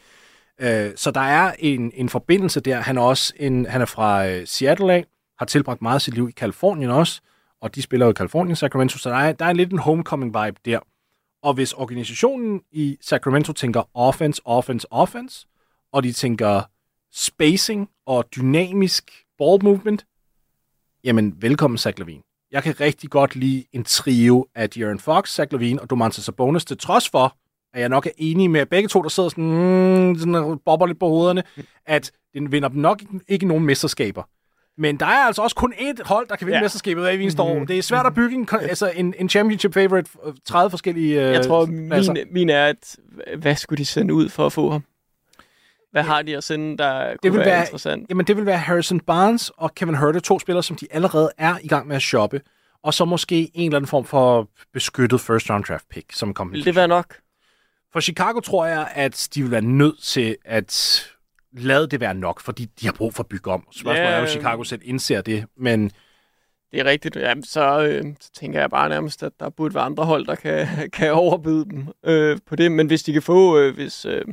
Så der er en, en forbindelse der. Han er også en, han er fra Seattle af, har tilbragt meget af sit liv i Kalifornien også, og de spiller jo i Kalifornien, Sacramento, så der er, der er lidt en homecoming-vibe der. Og hvis organisationen i Sacramento tænker offense, offense, offense, og de tænker spacing og dynamisk ball movement, jamen velkommen Zach LaVine. Jeg kan rigtig godt lide en trio af De'Aaron Fox, Zach LaVine og Domantas Sabonis, til trods for, at jeg nok er enig med begge to, der sidder sådan, mm, sådan bobber lidt på hovederne, at den vinder nok ikke, ikke nogen mesterskaber. Men der er altså også kun ét hold, der kan vinde ja. mesterskabet hver eneste år. Det er svært at bygge en, altså en, en championship favorite, tredive forskellige øh, Jeg tror, min, min er, at hvad skulle de sende ud for at få ham? Hvad har de at sende, der kunne det vil være, være interessant? Jamen, det vil være Harrison Barnes og Kevin Huerter, to spillere, som de allerede er i gang med at shoppe. Og så måske en eller anden form for beskyttet first round draft pick, som kommer. Vil det være nok? For Chicago tror jeg, at de vil være nødt til at lade det være nok, fordi de har brug for at bygge om. Spørgsmålet ja, er jo, Chicago selv indser det, men... Det er rigtigt. Jamen, så, øh, så tænker jeg bare nærmest, at der burde være andre hold, der kan, kan overbyde dem øh, på det. Men hvis de kan få... Øh, hvis øh,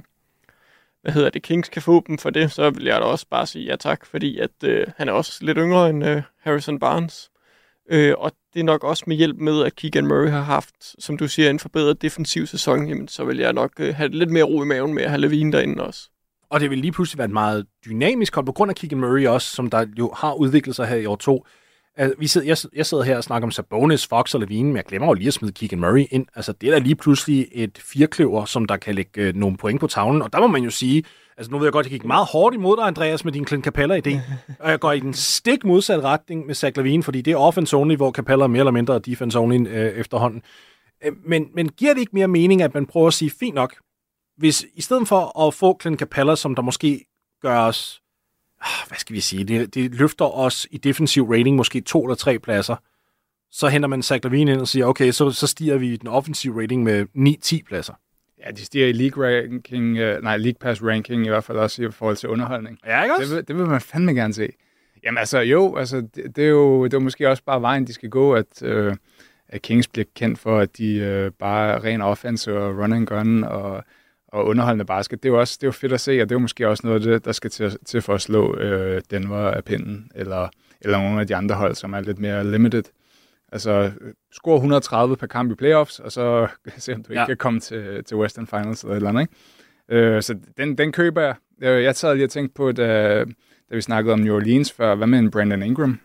hvad hedder det, Kings kan få dem for det, så vil jeg da også bare sige ja tak, fordi at øh, han er også lidt yngre end øh, Harrison Barnes. Øh, og det er nok også med hjælp med, at Keegan Murray har haft, som du siger, en forbedret defensiv sæson, jamen så vil jeg nok øh, have lidt mere ro i maven med at have LaVine derinde også. Og det vil lige pludselig være et meget dynamisk hold, på grund af Keegan Murray også, som der jo har udviklet sig her i år to. Altså, vi sidder, jeg, jeg sidder her og snakker om Sabonis, Fox og LaVine, men jeg glemmer jo lige at smide Keegan Murray ind. Altså, det er da lige pludselig et firekløver, som der kan lægge øh, nogle point på tavlen. Og der må man jo sige, altså nu ved jeg godt, at jeg gik meget hårdt imod dig, Andreas, med din Clint Capella-idé. Og jeg går i den stik modsatte retning med Zach LaVine, fordi det er offense-only, hvor Capella er mere eller mindre defense-only øh, efterhånden. Øh, men, men giver det ikke mere mening, at man prøver at sige, fint nok, hvis i stedet for at få Clint Capella, som der måske gør os, hvad skal vi sige, det, det løfter os i defensiv rating måske to eller tre pladser, så henter man Zach LaVine ind og siger, okay, så, så stiger vi den offensive rating med ni til ti pladser. Ja, de stiger i league ranking, uh, nej, league pass ranking i hvert fald også i forhold til underholdning. Ja, ikke også? Det vil, det vil man fandme gerne se. Jamen altså, jo, altså, det, det, er jo, det er jo måske også bare vejen, de skal gå, at, øh, at Kings bliver kendt for, at de øh, bare er ren offense og run and gun og og underholdende basket. Det er jo også det er jo fedt at se, og det er jo måske også noget af det, der skal til, til for at slå øh, Denver af pinden, eller, eller nogle af de andre hold, som er lidt mere limited. Altså, score et hundrede og tredive per kamp i playoffs, og så se, om du ja. ikke kan komme til, til Western Finals eller et eller andet, ikke? Øh, så den, den køber jeg. Jeg sad lige og tænkte på, da, da vi snakkede om New Orleans før. Hvad med en Brandon Ingram?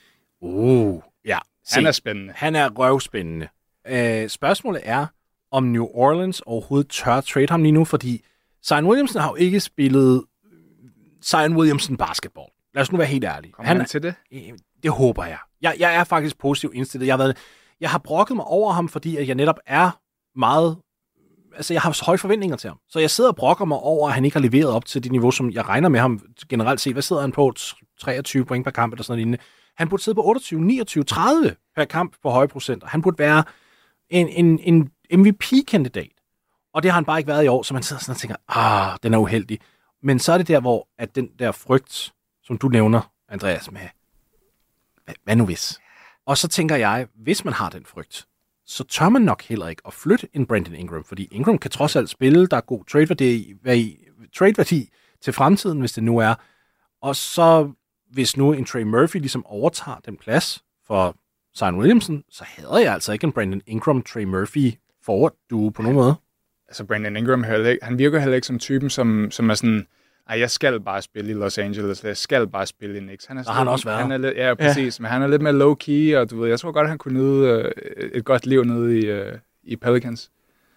Uh, ja. Se, han er spændende. Han er røvspændende. Øh, spørgsmålet er, om New Orleans overhovedet tør trade ham lige nu, fordi Zion Williamson har jo ikke spillet Zion Williamson basketball. Lad os nu være helt ærlige. Kommer han, han til det? Det håber jeg. jeg. Jeg er faktisk positivt indstillet. Jeg har, været, jeg har brokket mig over ham, fordi at jeg netop er meget... Altså, jeg har så høje forventninger til ham. Så jeg sidder og brokker mig over, at han ikke har leveret op til det niveau, som jeg regner med ham generelt set. Hvad sidder han på? treogtyve point per kamp eller sådan noget lignende. Han burde sidde på otteogtyve, niogtyve, tredive per kamp på høje procenter. Han burde være en, en, en M V P-kandidat. Og det har han bare ikke været i år, så man sidder sådan og tænker, ah, den er uheldig. Men så er det der, hvor at den der frygt, som du nævner, Andreas, med, hvad, hvad nu hvis? Og så tænker jeg, hvis man har den frygt, så tør man nok heller ikke at flytte en Brandon Ingram, fordi Ingram kan trods alt spille, der er god trade-værdi, trade-værdi til fremtiden, hvis det nu er. Og så, hvis nu en Trey Murphy ligesom overtager den plads for Zion Williamson, så havde jeg altså ikke en Brandon Ingram, Trey Murphy forward duo på nogen måde. Altså, Brandon Ingram, han virker heller ikke som typen, som, som er sådan, ej, jeg skal bare spille i Los Angeles, jeg skal bare spille i Knicks. Han er sådan, han også været. Han er lidt, ja, præcis, ja. Men han er lidt mere low-key, og du ved, jeg tror godt, han kunne nyde øh, et godt liv nede i, øh, i Pelicans.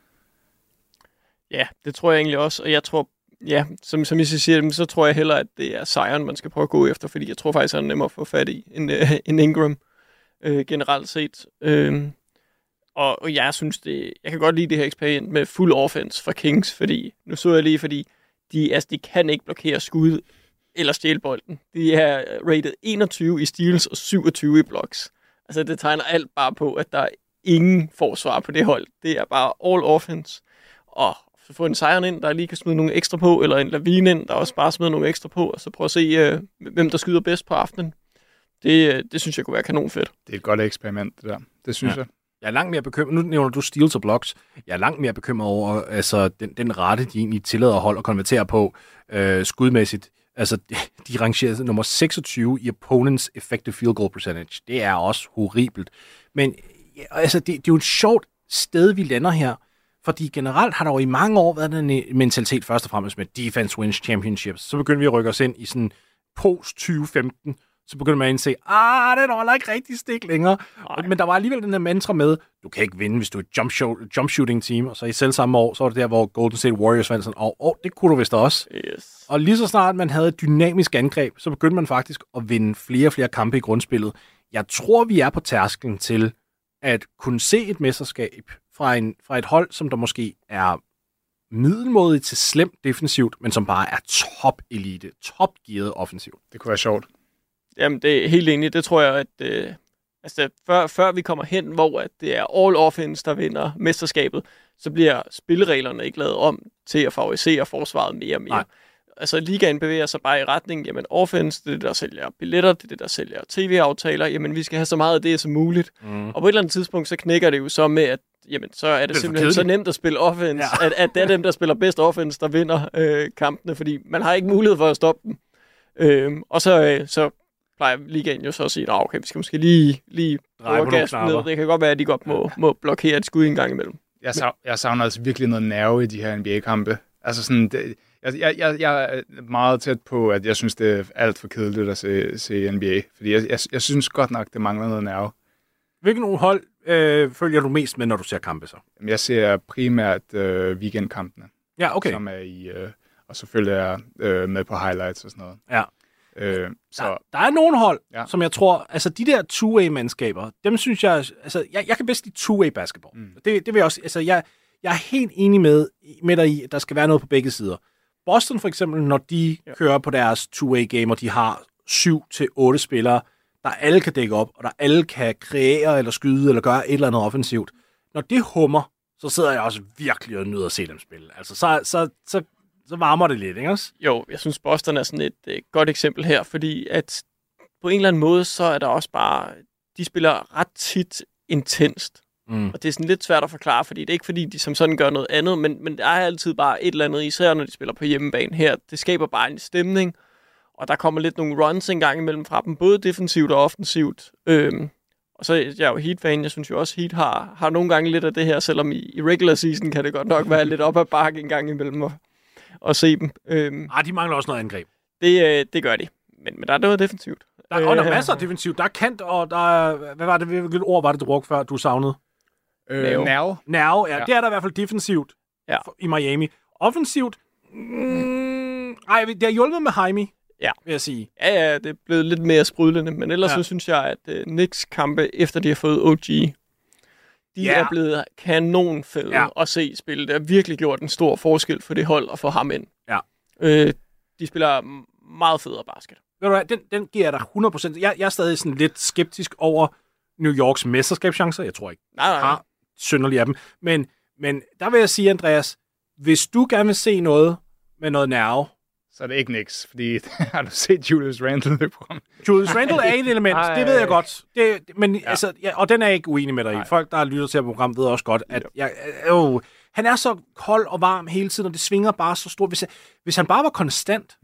Ja, det tror jeg egentlig også, og jeg tror, ja, som, som I siger, så tror jeg heller, at det er Zion, man skal prøve at gå efter, fordi jeg tror faktisk, at han er nemmere at få fat i end, øh, end Ingram, øh, generelt set. Øh, og, og jeg synes, det, jeg kan godt lide det her eksperiment med full offense fra Kings, fordi, nu så jeg lige, fordi de, altså, de kan ikke blokere skud eller stjæle bolden. De er rated enogtyve i steals og syvogtyve i blocks. Altså, det tegner alt bare på, at der er ingen forsvar på det hold. Det er bare all offense. Og så få en Zion ind, der lige kan smide nogle ekstra på, eller en Lavine ind, der også bare smider nogle ekstra på, og så prøve at se, uh, hvem der skyder bedst på aftenen. Det, det synes jeg kunne være kanonfedt. Det er et godt eksperiment, det der. Det synes ja. jeg. Jeg er langt mere bekymret. Nu nævner du steals og blocks. Jeg er langt mere bekymret over altså, den, den rette, de egentlig tillader hold at konvertere på øh, skudmæssigt. Altså, de rangerer nummer seksogtyve i opponents effective field goal percentage. Det er også horribelt. Men altså, det, det er jo et sjovt sted, vi lander her. Fordi generelt har der jo i mange år været den mentalitet først og fremmest med defense wins championships. Så begynder vi at rykke os ind i sådan post tyve femten. Så begynder man at indse, ah, det holder ikke rigtig stik længere. Ej. Men der var alligevel den der mantra med, du kan ikke vinde, hvis du er et jump, show, jump shooting team. Og så i selv samme år, så var det der, hvor Golden State Warriors vandt sådan, åh, oh, det kunne du vist også. Yes. Og lige så snart man havde et dynamisk angreb, så begyndte man faktisk at vinde flere og flere kampe i grundspillet. Jeg tror, vi er på tærsklen til at kunne se et mesterskab fra, en, fra et hold, som der måske er middelmådigt til slemt defensivt, men som bare er top-elite, top-gearet offensivt. Det kunne være sjovt. Jamen, det er helt enig. Det tror jeg, at øh, altså, før, før vi kommer hen, hvor at det er all offense, der vinder mesterskabet, så bliver spillereglerne ikke lavet om til at favorisere forsvaret mere og mere. Nej. Altså, ligaen bevæger sig bare i retning, jamen, offense, det er det, der sælger billetter, det er det, der sælger tv-aftaler, jamen, vi skal have så meget af det som muligt. Mm. Og på et eller andet tidspunkt, så knækker det jo så med, at jamen, så er det, det er simpelthen så nemt at spille offense, ja. at, at det er dem, der spiller bedst offense, der vinder øh, kampene, fordi man har ikke mulighed for at stoppe dem. Øh, og så, øh, så plejer ligaen jo så at sige, at okay, vi skal måske lige, lige prøve gas ned. Det kan godt være, at de godt må, må blokere et skud en gang imellem. Jeg, sav, jeg savner altså virkelig noget nerve i de her N B A-kampe. Altså sådan, det, jeg, jeg, jeg er meget tæt på, at jeg synes, det er alt for kedeligt at se, se N B A. Fordi jeg, jeg, jeg synes godt nok, det mangler noget nerve. Hvilken hold øh, følger du mest med, når du ser kampe så? Jeg ser primært øh, weekendkampene. Ja, okay. Som er i, øh, og så følger jeg øh, med på highlights og sådan noget. Ja. Øh, så. Der, der er nogle hold, ja. som jeg tror, altså de der two-way-mandskaber, dem synes jeg, altså jeg, jeg kan bedst lide two-way-basketball. Mm. Det, det vil jeg også, altså jeg, jeg er helt enig med, med dig i, at der skal være noget på begge sider. Boston for eksempel, når de ja. kører på deres two-way-game, og de har syv til otte spillere, der alle kan dække op, og der alle kan kreere eller skyde eller gøre et eller andet offensivt. Når det hummer, så sidder jeg også virkelig og nyder at se dem spille. Altså så, så, så så varmer det lidt, ikke også? Jo, jeg synes, Boston er sådan et øh, godt eksempel her, fordi at på en eller anden måde, så er der også bare, de spiller ret tit intenst. Mm. Og det er sådan lidt svært at forklare, fordi det er ikke fordi, de som sådan gør noget andet, men, men der er altid bare et eller andet, især når de spiller på hjemmebane her. Det skaber bare en stemning, og der kommer lidt nogle runs en gang imellem fra dem, både defensivt og offensivt. Øhm, og så jeg er jo Heat-fan, jeg synes jo også, Heat har, har nogle gange lidt af det her, selvom i, i regular season kan det godt nok være lidt op ad bakke en gang imellem og og se dem. Øhm, ah, de mangler også noget angreb. Det, øh, det gør de. Men, men der er noget defensivt. Der er, øh, der er masser af defensivt. Der er kant, og der er, hvad var det, hvilket ord var det, du brugte før, du savnede? Øh, nerve. Nerve, ja. ja. Det er der i hvert fald defensivt ja. i Miami. Offensivt, mm, ej, det har hjulpet med Jaime, ja. vil jeg sige. Ja, ja, det er blevet lidt mere sprudlende, men ellers ja. så synes jeg, at uh, Knicks kampe, efter de har fået O G, de yeah. er blevet kanonfede ja. at se spille. Det har virkelig gjort en stor forskel for det hold at få ham ind. Ja. Øh, de spiller meget federe basket. Ved du hvad, den, den giver jeg dig hundrede procent. Jeg, jeg er stadig sådan lidt skeptisk over New Yorks mesterskabschancer. Jeg tror ikke, nej, nej. har synderligt af dem. Men, men der vil jeg sige, Andreas, hvis du gerne vil se noget med noget nerve, så er det ikke Knicks, fordi har du set Julius Randle løbe rundt? Julius Randle er et element, ej, det ved jeg godt. Det, men, ja. altså, ja, og den er jeg ikke uenig med dig i. Folk, der lytter til programmet, ved også godt, at jeg, øh, han er så kold og varm hele tiden, og det svinger bare så stort. Hvis, hvis han bare var konstant, mm.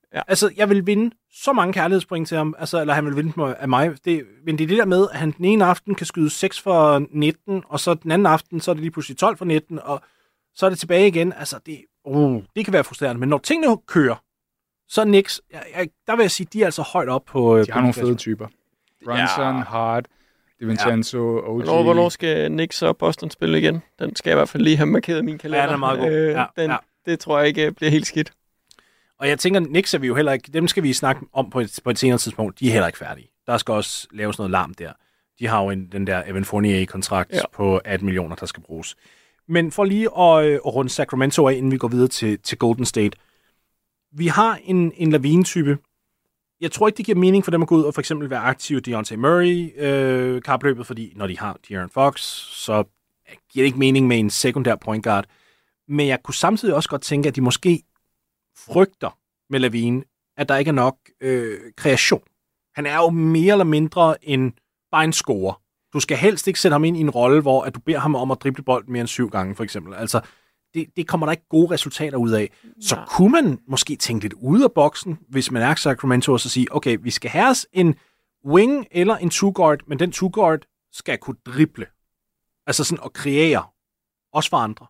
Ja. Altså, jeg vil vinde så mange kærlighedspoint til ham, altså, eller han vil vinde dem af mig. Det, men det er det der med, at han den ene aften kan skyde seks for nitten, og så den anden aften, så er det lige pludselig tolv for nitten, og så er det tilbage igen. Altså, det, uh, det kan være frustrerende. Men når tingene kører, så Knicks, jeg, jeg, der vil jeg sige, de er altså højt op på... De har nogle fede typer. Brunson, ja. Hart, DiVincenzo, ja. O G. Hvornår, hvornår skal Knicks og Boston spille igen? Den skal jeg i hvert fald lige have markeret i min kalender. Ja, den er meget god. Øh, ja, den, ja. Det tror jeg ikke bliver helt skidt. Og jeg tænker, Knicks er vi jo heller ikke... Dem skal vi snakke om på et, på et senere tidspunkt. De er heller ikke færdige. Der skal også laves noget larm der. De har jo en, den der Evan Fournier-kontrakt ja. på atten millioner, der skal bruges. Men for lige at, øh, at runde Sacramento af, inden vi går videre til, til Golden State. Vi har en, en Lavine-type. Jeg tror ikke, det giver mening for dem at gå ud og for eksempel være aktive Dejounte Murray øh, kapløbet, fordi når de har De'Aaron Fox, så giver det ikke mening med en sekundær point guard. Men jeg kunne samtidig også godt tænke, at de måske frygter med Lavine, at der ikke er nok øh, kreation. Han er jo mere eller mindre en, bare en scorer. Du skal helst ikke sætte ham ind i en rolle, hvor at du beder ham om at drible bolden mere end syv gange, for eksempel. Altså, det, det kommer der ikke gode resultater ud af. Så ja. kunne man måske tænke lidt ude af boksen, hvis man er Sacramento, og så sige, okay, vi skal have os en wing eller en two-guard, men den two-guard skal kunne drible. Altså sådan at kreere. Også for andre.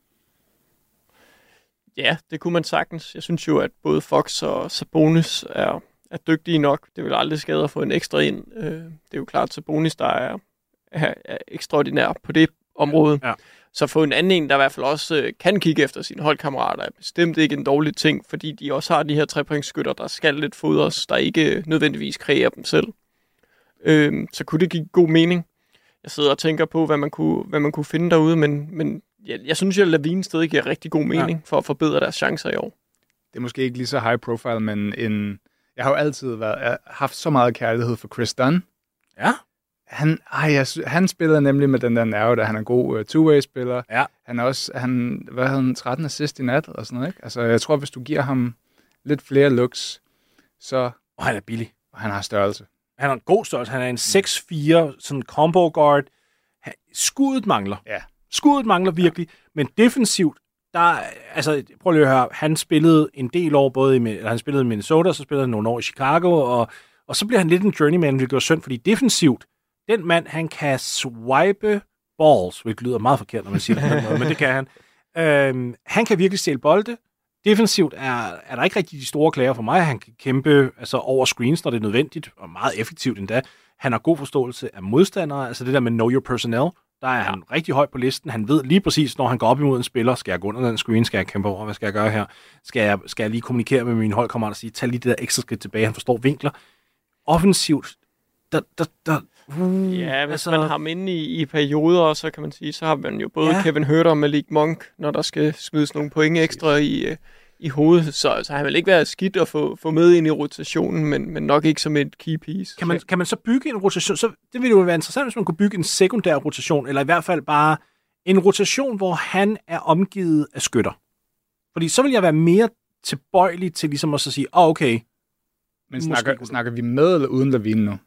Ja, det kunne man sagtens. Jeg synes jo, at både Fox og Sabonis er, er dygtige nok. Det vil aldrig skade at få en ekstra ind. Det er jo klart, Sabonis, der er, er, er ekstraordinær på det område. Ja. Så få en anden en, der i hvert fald også kan kigge efter sine holdkammerater, er bestemt ikke en dårlig ting, fordi de også har de her trepointsskytter, der skal lidt fodres, der ikke nødvendigvis kreerer dem selv. Øhm, så kunne det give god mening. Jeg sidder og tænker på, hvad man kunne, hvad man kunne finde derude, men, men jeg, jeg synes jo, at Lavine stadig giver rigtig god mening ja. for at forbedre deres chancer i år. Det er måske ikke lige så high profile, men en, jeg har jo altid været, jeg har haft så meget kærlighed for Chris Dunn. Ja. Han, ej, jeg, han spiller nemlig med den der nerve, der han er en god uh, two-way-spiller. Ja. Han er også, han, hvad havde han, tretten assist i nat, og sådan noget, ikke? Altså, jeg tror, hvis du giver ham lidt flere looks, så... Og han er billig. Og han har størrelse. Han har en god størrelse. Han er en seks fire, sådan combo guard. Han, skuddet mangler. Ja. Skuddet mangler virkelig, ja. Men defensivt, der, altså, prøv lige at høre, han spillede en del år, både i, eller han spillede i Minnesota, så spillede han nogle år i Chicago, og, og så bliver han lidt en journeyman, hvilket var synd, fordi defensivt, den mand, han kan swipe balls, hvilket lyder meget forkert, når man siger det på den måde, men det kan han. Øhm, han kan virkelig stjæle bolde. Defensivt er, er der ikke rigtig de store klager for mig. Han kan kæmpe altså, over screens, når det er nødvendigt, og meget effektivt endda. Han har god forståelse af modstandere, altså det der med know your personnel. Der er han rigtig højt på listen. Han ved lige præcis, når han går op imod en spiller, skal jeg gå under den screen, skal jeg kæmpe over, hvad skal jeg gøre her? Skal jeg, skal jeg lige kommunikere med min holdkammerat og sige, tag lige det der ekstra skridt tilbage, han forstår vinkler. Offensivt, der, der, der Uh, ja, hvis altså... man har ham inde i, i perioder, så kan man sige, så har man jo både ja. Kevin Huerter og Malik Monk, når der skal smides nogle point ekstra i, i hovedet, så, så han vil ikke være skidt at få, få med ind i rotationen, men, men nok ikke som et key piece. Kan man, kan man så bygge en rotation? Så det ville jo være interessant, hvis man kunne bygge en sekundær rotation, eller i hvert fald bare en rotation, hvor han er omgivet af skytter. Fordi så vil jeg være mere tilbøjelig til ligesom at så sige, åh, oh, okay. Men snakker, snakker vi med eller uden Lavine nu?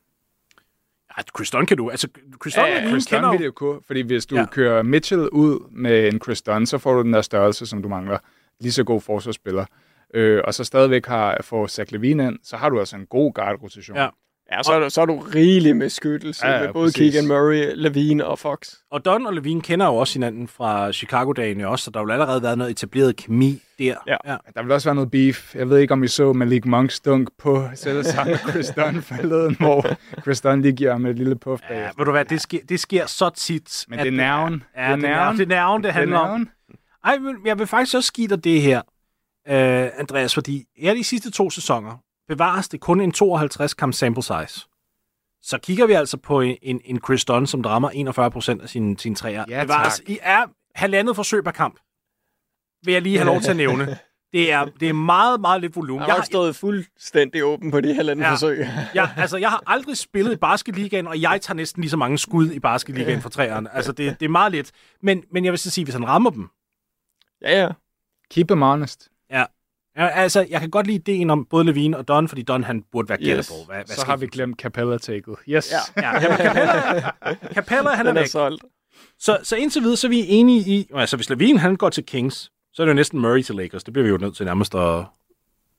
Ja, Chris Dunn kan du. Altså, Chris Dunn, ja, Chris Dunn vil det jo kunne, fordi hvis du ja. kører Mitchell ud med en Chris Dunn, så får du den der størrelse, som du mangler. Lige så god forsvarsspiller. Øh, og så stadigvæk har få Zach LaVine ind, så har du altså en god guard-rotation. Ja. Ja, så er, du, så er du rigelig med skyttelse ja, ja, med både Keegan Murray, LaVine og Fox. Og Dunn og LaVine kender jo også hinanden fra Chicago-dagene også, så der vil allerede været noget etableret kemi der. Ja. Ja. Der vil også være noget beef. Jeg ved ikke, om I så Malik Monks dunk på selv sammen med Chris Dunn forleden, hvor Chris Dunn lige giver ham et lille puff bag. Ja, ved du hvad, det sker, det sker så tit. Men det er nerven. Ja, det er nerven, det, er nerven, det handler om. Ej, jeg vil faktisk også give dig det her, uh, Andreas, fordi her de sidste to sæsoner bevares det kun en tooghalvtreds kamp sample size. Så kigger vi altså på en, en Chris Dunn, som rammer enogfyrre procent af sine, sine træer. Ja, bevares, I er halvandet forsøg per kamp, vil jeg lige have lov til at nævne. Det er, det er meget, meget lidt volumen. Jeg har stået fuldstændig åben på de halvandet ja, forsøg. ja, altså, jeg har aldrig spillet i basketligaen, og jeg tager næsten lige så mange skud i basketligaen for træerne. Altså, det, det er meget lidt. Men, men jeg vil så sige, hvis han rammer dem... Ja, ja. Keep them honest. Ja. Altså, jeg kan godt lide ideen om både LaVine og Dunn, fordi Dunn, han burde være yes. gettable. Hvad, hvad så har vi glemt Capella-taket. Yes. Ja, ja jamen, Capella, Capella, han er væk. Så, så indtil videre, så er vi enige i... Altså, hvis LaVine, han går til Kings, så er det jo næsten Murray til Lakers. Det bliver vi jo nødt til nærmest at...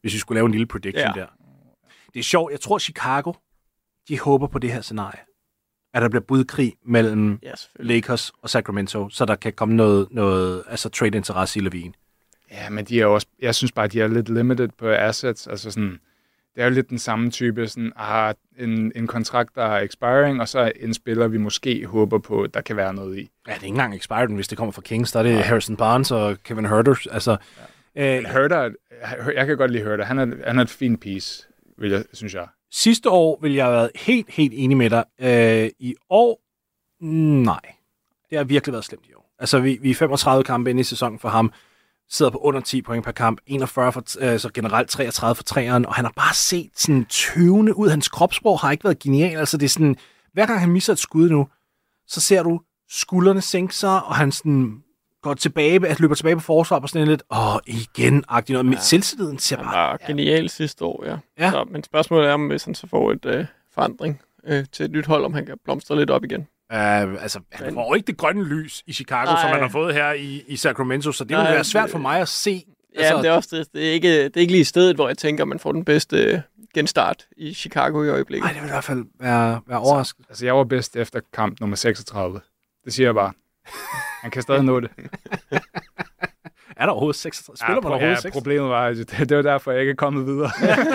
hvis vi skulle lave en lille prediction ja. der. Det er sjovt. Jeg tror, Chicago, de håber på det her scenarie. At der bliver budkrig mellem ja, Lakers og Sacramento, så der kan komme noget, noget altså trade-interesse i LaVine. Ja, men de er også, jeg synes bare, at de er lidt limited på assets. Altså sådan, det er jo lidt den samme type, sådan, ah, en, en kontrakt, der er expiring, og så en spiller, vi måske håber på, der kan være noget i. Ja, det er ikke engang expired, hvis det kommer fra Kings, der er det ja. Harrison Barnes og Kevin Huerter. Altså, ja. øh, Huerter, jeg kan godt lide Huerter. Han er, han er et fint piece, vil jeg, synes jeg. Sidste år ville jeg have været helt, helt enig med dig. Øh, I år, nej. Det har virkelig været slemt i år. Altså, vi, vi er femogtredive kampe inde i sæsonen for ham, sidder på under ti point per kamp, enogfyrre for, øh, så generelt treogtredive for træeren, og han har bare set sådan tøvende ud. Hans kropssprog har ikke været genial. Altså, det er sådan, hver gang han misser et skud nu, så ser du skuldrene sænke sig, og han sådan går tilbage, at løber tilbage på forsvar på sådan lidt, åh, igen-agtigt noget. Men ja. Selvtilliden ser bare... Han var ja. genial sidste år, ja. ja. Så, men spørgsmålet er, om hvis han så får et øh, forandring øh, til et nyt hold, om han kan blomstre lidt op igen. Uh, altså, han får ikke det grønne lys i Chicago, nej. som han har fået her i, i Sacramento, så det nej, vil være svært for mig at se. Ja, altså... det er også det. Det er, ikke, det er ikke lige stedet, hvor jeg tænker, man får den bedste genstart i Chicago i øjeblikket. Nej, det vil i hvert fald være, være overrasket. Altså, jeg var bedst efter kamp nummer seksogtredive. Det siger jeg bare. Han kan stadig nå det. Er der overhovedet seksogtredive? Spiller ja, man overhovedet ja, seksogtredive? Problemet var, at det, det var derfor, jeg ikke er kommet videre.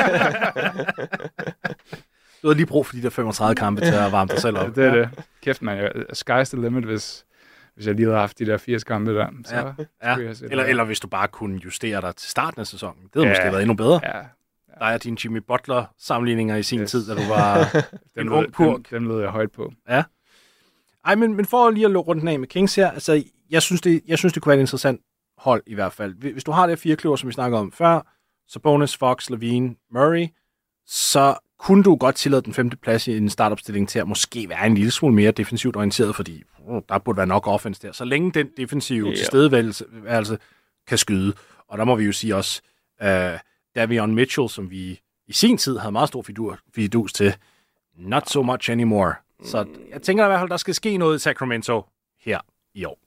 Du havde lige brug for de der femogtredive kampe til at varme dig selv op. Det er det. Kæft, man. Sky's the limit, hvis, hvis jeg lige havde haft de der firs kampe der. Så ja. Ja. Eller, eller hvis du bare kunne justere dig til starten af sæsonen. Det havde ja. måske været endnu bedre. Ja. Ja. Der er dine Jimmy Butler-sammenligninger i sin yes. tid, da du var en ung purk. Dem, dem lød jeg højt på. Ja. Ej, men, men for lige at lukke rundt af med Kings her, altså, jeg synes, det, jeg synes, det kunne være et interessant hold i hvert fald. Hvis du har det fire kløver, som vi snakker om før, så Bonus, Fox, LaVine, Murray, så kunne du godt tillade den femte plads i en startopstilling til at måske være en lille smule mere defensivt orienteret, fordi uh, der burde være nok offense der. Så længe den defensive yeah. tilstedeværelse altså, kan skyde. Og der må vi jo sige også, uh, Davion Mitchell, som vi i sin tid havde meget stor fidur, fidus til, not so much anymore. Så jeg tænker i hvert fald, der skal ske noget i Sacramento her i år.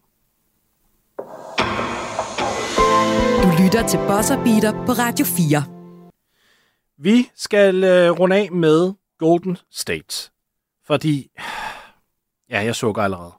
Du lytter til Buzzer Beater på Radio fire. Vi skal øh, runde af med Golden State. Fordi, ja, jeg sukker allerede.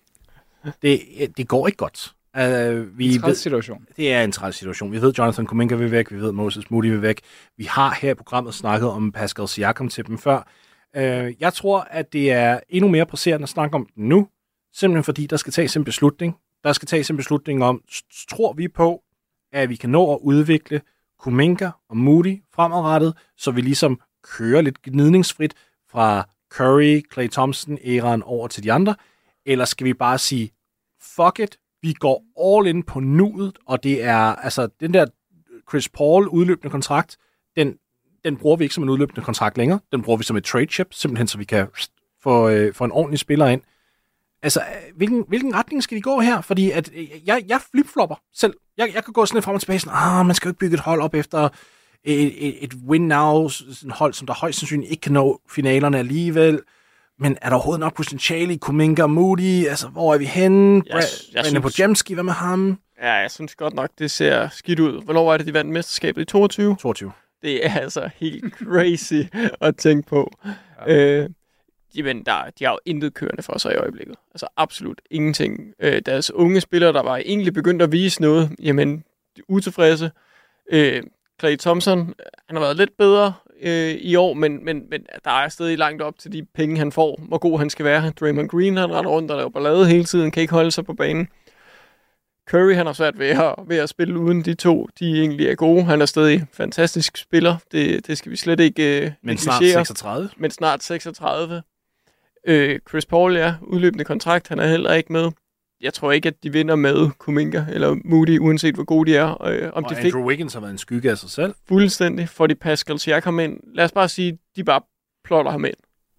Det, det går ikke godt. Uh, vi en træls situation. Ved, det er en træls situation. Vi ved, Jonathan Kuminga vil væk. Vi ved, Moses Moody vil væk. Vi har her i programmet snakket om Pascal Siakam til dem før. Uh, jeg tror, at det er endnu mere presserende at snakke om den nu. Simpelthen fordi, der skal tages en beslutning. Der skal tages en beslutning om, tror vi på, at vi kan nå at udvikle Kuminga og Moody fremadrettet, så vi ligesom kører lidt gnidningsfrit fra Curry, Klay Thompson-æraen over til de andre, eller skal vi bare sige, fuck it, vi går all in på nuet, og det er, altså, den der Chris Paul udløbende kontrakt, den, den bruger vi ikke som en udløbende kontrakt længere, den bruger vi som et trade chip, simpelthen så vi kan få, øh, få en ordentlig spiller ind. Altså, hvilken, hvilken retning skal vi gå her? Fordi at, jeg, jeg flipflopper selv. Jeg, jeg kan gå sådan lidt frem og tilbage, sådan, ah, man skal jo ikke bygge et hold op efter et, et, et win-now, sådan hold, som der højst sandsynligt ikke kan nå finalerne alligevel. Men er der overhovedet nok potentiale i Kuminga og Moody? Altså, hvor er vi henne? Brandon Podziemski, hvad med ham? Ja, jeg synes godt nok, det ser skidt ud. Hvornår var det, de vandt mesterskabet i toogtyve? toogtyve. Det er altså helt crazy at tænke på. Ja. Øh, Jamen, der, de har jo intet kørende for sig i øjeblikket. Altså absolut ingenting. Øh, deres unge spillere, der var egentlig begyndt at vise noget, jamen, de er utilfredse. Øh, Klay Thompson, han har været lidt bedre øh, i år, men, men, men der er stadig langt op til de penge, han får. Hvor god han skal være. Draymond Green, han render rundt og laver ballade hele tiden, kan ikke holde sig på banen. Curry, han har svært ved at, ved at spille uden de to. De egentlig er gode. Han er stadig fantastisk spiller. Det, det skal vi slet ikke øh, Men snart seksogtredive. Men snart seksogtredive. Øh, Chris Paul, ja, udløbende kontrakt, han er heller ikke med. Jeg tror ikke, at de vinder med Kuminga eller Moody, uanset hvor gode de er. Øh, om og de Andrew fik Wiggins har været en skygge af sig selv. Fuldstændig, for de Pascal Siakam ind. Lad os bare sige, de bare plotter ham ind.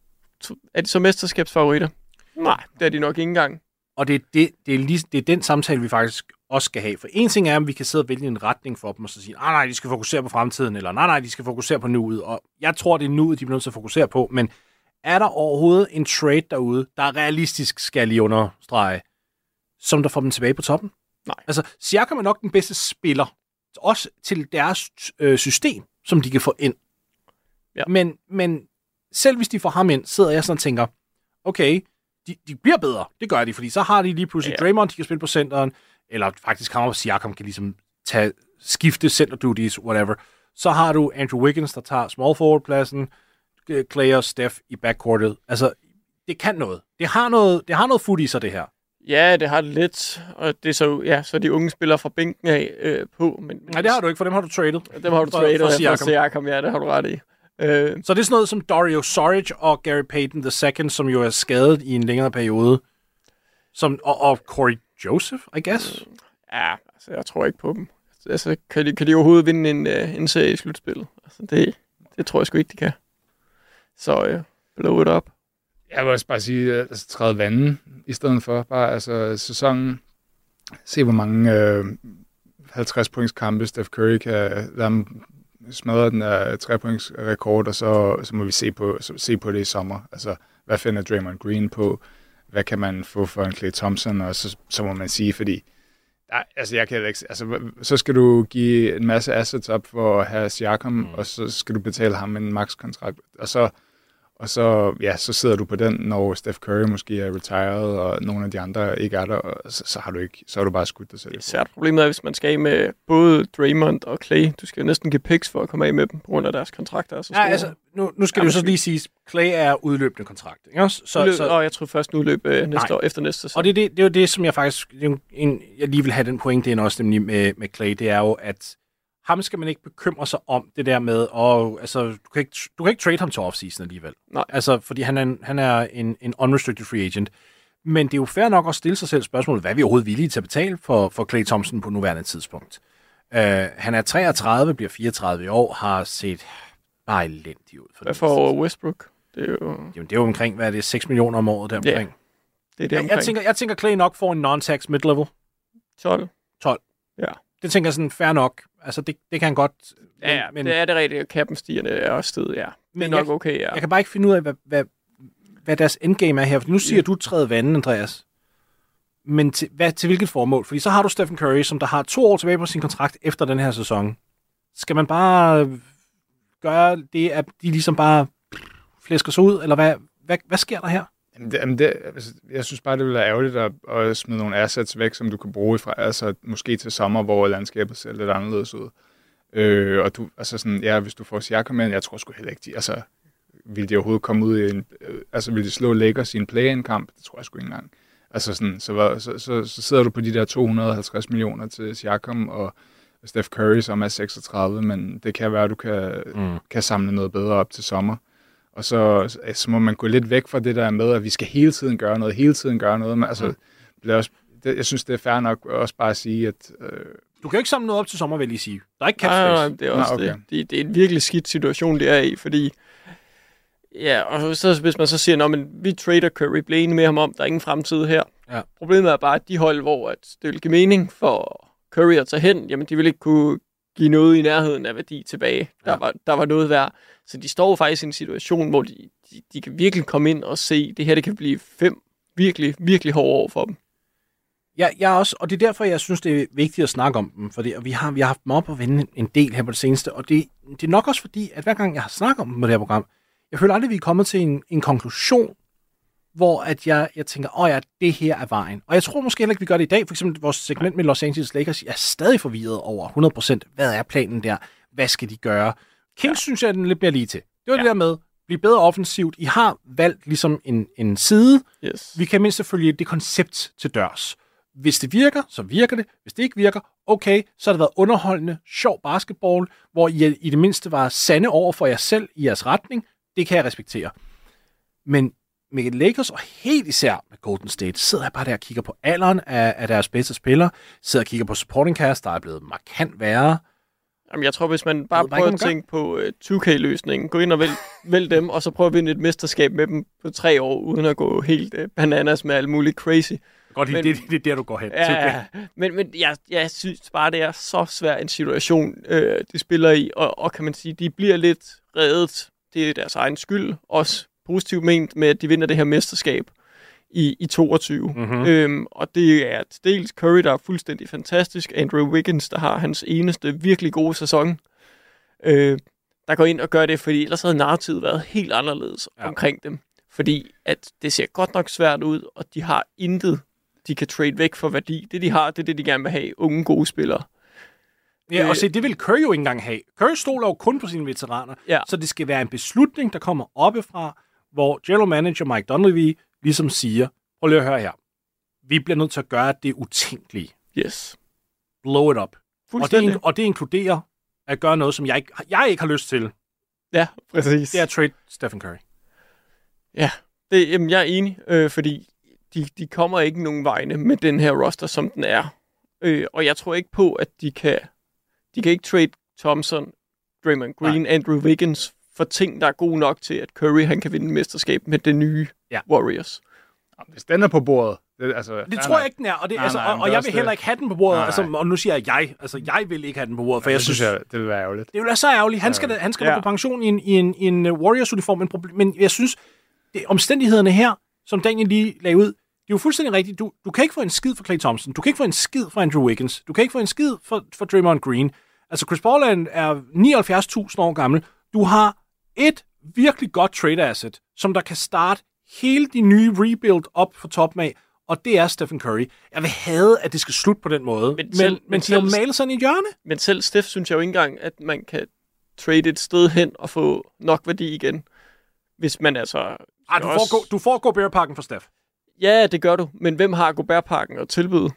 Er de så mesterskabsfavoritter? Nej, det er de nok ikke engang. Og det er, det, det, er lige, det er den samtale, vi faktisk også skal have. For en ting er, om vi kan sidde og vælge en retning for dem, og så sige, nej, nej, de skal fokusere på fremtiden, eller nej, nej, de skal fokusere på nuet. Og jeg tror, det er nuet, de bliver nødt til at fokusere på, men er der overhovedet en trade derude, der er realistisk, skal jeg lige understrege, som der får dem tilbage på toppen? Nej. Altså, Siakam er nok den bedste spiller, også til deres øh, system, som de kan få ind. Ja. Men, men selv hvis de får ham ind, sidder jeg sådan og tænker, okay, de, de bliver bedre. Det gør de, fordi så har de lige pludselig ja. Draymond, de kan spille på centeren, eller faktisk ham og Siakam kan ligesom tage, skifte center duties, whatever. Så har du Andrew Wiggins, der tager small forward-pladsen, Clay og Steph i backcourtet. Altså, det kan noget. Det har noget, det har noget fod i sig, det her. Ja, det har det lidt, og det er så, ja, så de unge spillere fra bænken af øh, på. Men, Nej, det har du ikke, for dem har du traded. Dem har du for, traded, for Siakam. For Siakam, ja, det har du ret i. Øh. Så det er sådan noget som Dario Saric og Gary Payton the second, som jo er skadet i en længere periode. Som, og, og Corey Joseph, I guess? Ja, altså, jeg tror ikke på dem. Altså, kan de, kan de overhovedet vinde en, uh, en serie i slutspillet? Altså, det, det tror jeg sgu ikke, de kan. Så uh, blow it up. Jeg vil også bare sige, altså træde vandet i stedet for. Bare altså sæsonen. Se, hvor mange øh, halvtreds points kampe Steph Curry kan lade smadre den af tre points rekord, og så, så må vi se på, så, se på det i sommer. Altså, hvad finder Draymond Green på? Hvad kan man få for en Klay Thompson? Og så, så må man sige, fordi nej, altså jeg kan ikke, altså så skal du give en masse assets op for at have Siakam, mm. og så skal du betale ham en max-kontrakt, og så Og så, ja, så sidder du på den, når Steph Curry måske er retired, og nogle af de andre ikke er der, og så, så har du ikke, så har du bare skudt dig selv. Det er svært. Problemet er, hvis man skal af med både Draymond og Clay. Du skal næsten give picks for at komme af med dem, på grund af deres kontrakter er så store. Ja, altså, nu, nu skal ja, det jo så lige sige, Clay er udløbende kontrakt, ikke også? Så, udløb, så, og jeg tror først nu udløb øh, næste år, efter næste sæson. Og det, det, det er jo det, som jeg faktisk, en, jeg lige vil have den pointe ind også, nemlig med, med Clay, det er jo, at ham skal man ikke bekymre sig om det der med, og altså, du kan ikke, du kan ikke trade ham til offseason alligevel. Nej. Altså, fordi han er, en, han er en, en unrestricted free agent. Men det er jo fair nok at stille sig selv spørgsmålet, hvad er vi overhovedet villige til at betale for, for Klay Thompson på nuværende tidspunkt? Uh, han er treogtredive, bliver fireogtredive i år, har set bare elendig ud. For hvad for Westbrook? Det er jo... Jamen, det er jo omkring, hvad er det, seks millioner om året der omkring? Yeah. Det er det omkring. Jeg, jeg, tænker, jeg tænker, Klay nok får en non-tax mid-level. tolv. tolv. Ja. Det tænker jeg sådan, fair nok. Altså, det, det kan han godt. Ja, ja men, det er det rigtige. Kappen stigerne er også sted, ja. Det er nok jeg, okay, ja. Jeg kan bare ikke finde ud af, hvad, hvad, hvad deres endgame er her. For nu siger ja. du træde vandet, Andreas. Men til, hvad, til hvilket formål? Fordi så har du Stephen Curry, som der har to år tilbage på sin kontrakt efter den her sæson. Skal man bare gøre det, at de ligesom bare flæsker sig ud? Eller hvad, hvad, hvad sker der her? Jamen det, jamen det, altså, jeg synes bare, det ville være ærgerligt at, at smide nogle assets væk, som du kan bruge fra, altså måske til sommer, hvor landskabet ser lidt anderledes ud. Øh, og du, altså sådan, ja, hvis du får Siakam med, jeg tror sgu heller ikke, de, altså, vil de overhovedet komme ud i en, øh, altså vil de slå Lakers i en play-in-kamp? Det tror jeg sgu ikke engang. Altså sådan, så, så, så, så sidder du på de der to hundrede og halvtreds millioner til Siakam og Steph Curry, som er seksogtredive, men det kan være, at du kan, mm. kan samle noget bedre op til sommer. Og så, så må man gå lidt væk fra det der med, at vi skal hele tiden gøre noget, hele tiden gøre noget. Men, altså, mm. også, det, jeg synes, det er fair nok også bare at sige, at... Øh... Du kan jo ikke samle noget op til sommer, vil jeg sige. Der er ikke cap space. Nej, nej, det er også nej, okay. det. det. Det er en virkelig skidt situation, det er i, fordi... Ja, og så, hvis man så siger, at vi trader Curry, bliver enige med ham om, der er ingen fremtid her. Ja. Problemet er bare, at de hold, hvor at det vil give mening for Curry at tage hen, jamen de vil ikke kunne give noget i nærheden af værdi tilbage. Der, ja. var, der var noget værd. Så de står faktisk i en situation, hvor de, de, de kan virkelig komme ind og se, det her det kan blive fem virkelig, virkelig hårde år for dem. Ja, jeg også, og det er derfor, jeg synes, det er vigtigt at snakke om dem, fordi vi har, vi har haft dem op og vende en del her på det seneste, og det, det er nok også fordi, at hver gang jeg har snakket om dem på det her program, jeg føler aldrig, at vi er kommet til en, en konklusion, hvor at jeg, jeg tænker, åh ja, det her er vejen. Og jeg tror måske heller ikke, vi gør det i dag. For eksempel vores segment med Los Angeles Lakers, jeg er stadig forvirret over hundrede procent. Hvad er planen der? Hvad skal de gøre? Kings ja. synes jeg, den er lidt mere lige til. Det var ja. det der med, blive bedre offensivt. I har valgt ligesom en, en side. Yes. Vi kan mindst selvfølgelig det koncept til dørs. Hvis det virker, så virker det. Hvis det ikke virker, okay, så har det været underholdende, sjov basketball, hvor I i det mindste var sande over for jer selv i jeres retning. Det kan jeg respektere. Men med Lakers, og helt især med Golden State, sidder jeg bare der og kigger på alderen af, af deres bedste spillere, sidder og kigger på supporting cast, der er blevet markant værre. Jamen, jeg tror, hvis man bare prøver at tænke på uh, to K-løsningen, gå ind og vælg, vælg dem, og så prøve at vinde et mesterskab med dem på tre år, uden at gå helt uh, bananas med alt muligt crazy. Godt, men, det, det er der, du går hen. Ja, men, men jeg, jeg synes bare, det er så svær en situation, øh, de spiller i, og, og kan man sige, de bliver lidt reddet. Det er deres egen skyld, også positivt ment med, at de vinder det her mesterskab i, i toogtyve. Mhm. Øhm, og det er dels Curry, der er fuldstændig fantastisk. Andrew Wiggins, der har hans eneste virkelig gode sæson. Øh, der går ind og gør det, fordi ellers havde narrativet været helt anderledes Ja. omkring dem. Fordi at det ser godt nok svært ud, og de har intet, de kan trade væk for værdi. Det, de har, det er det, de gerne vil have. Unge, gode spillere. Ja, og se, det vil Curry jo ikke engang have. Curry stoler jo kun på sine veteraner, Ja. så det skal være en beslutning, der kommer oppefra, hvor general manager Mike Dunleavy ligesom siger, prøv lige at høre her, vi bliver nødt til at gøre det utænkelige. Yes. Blow it up. Og det, Fuldstændig. in- og det inkluderer at gøre noget, som jeg ikke, jeg ikke har lyst til. Ja, præcis. Det er at trade Stephen Curry. Ja, det, jamen, jeg er enig, øh, fordi de, de kommer ikke nogen vegne med den her roster, som den er. Øh, og jeg tror ikke på, at de kan, de kan ikke trade Thompson, Draymond Green, Nej. Andrew Wiggins for ting, der er gode nok til, at Curry han kan vinde mesterskab med det nye Ja. Warriors. Hvis den er på bordet... Det, altså, Det nej, tror nej. jeg ikke, den er. Og, det, Nej, altså, nej, og, men og det er jeg også vil heller det. ikke have den på bordet. Nej, Altså, nej. og nu siger jeg jeg. Altså, jeg vil ikke have den på bordet, for Ja, jeg det synes synes... jeg, det vil være ærgerligt. Det er jo så ærgerligt. Han skal, da, han skal ja. Ja. på pension i en, i en, i en uh, Warriors-uniform, men, problem, men jeg synes, det, omstændighederne her, som Daniel lige lagde ud, det er jo fuldstændig rigtigt. Du, du kan ikke få en skid for Klay Thompson. Du kan ikke få en skid for Andrew Wiggins. Du kan ikke få en skid for, for Draymond Green. Altså, Chris Paul er, er nioghalvfjerds tusind år gammel. Du har et virkelig godt trade asset, som der kan starte hele de nye rebuild op for toppen af, og det er Stephen Curry. Jeg vil have, at det skal slutte på den måde, men, selv- men, men men de har jo selv- malet sådan i et hjørne. Men selv Steph synes jeg jo ikke engang, at man kan trade et sted hen og få nok værdi igen. Hvis man altså... Ej, du, også- får, go- du får Gobert-pakken for Steph. Ja, det gør du. Men hvem har Gobert-pakken at tilbyde?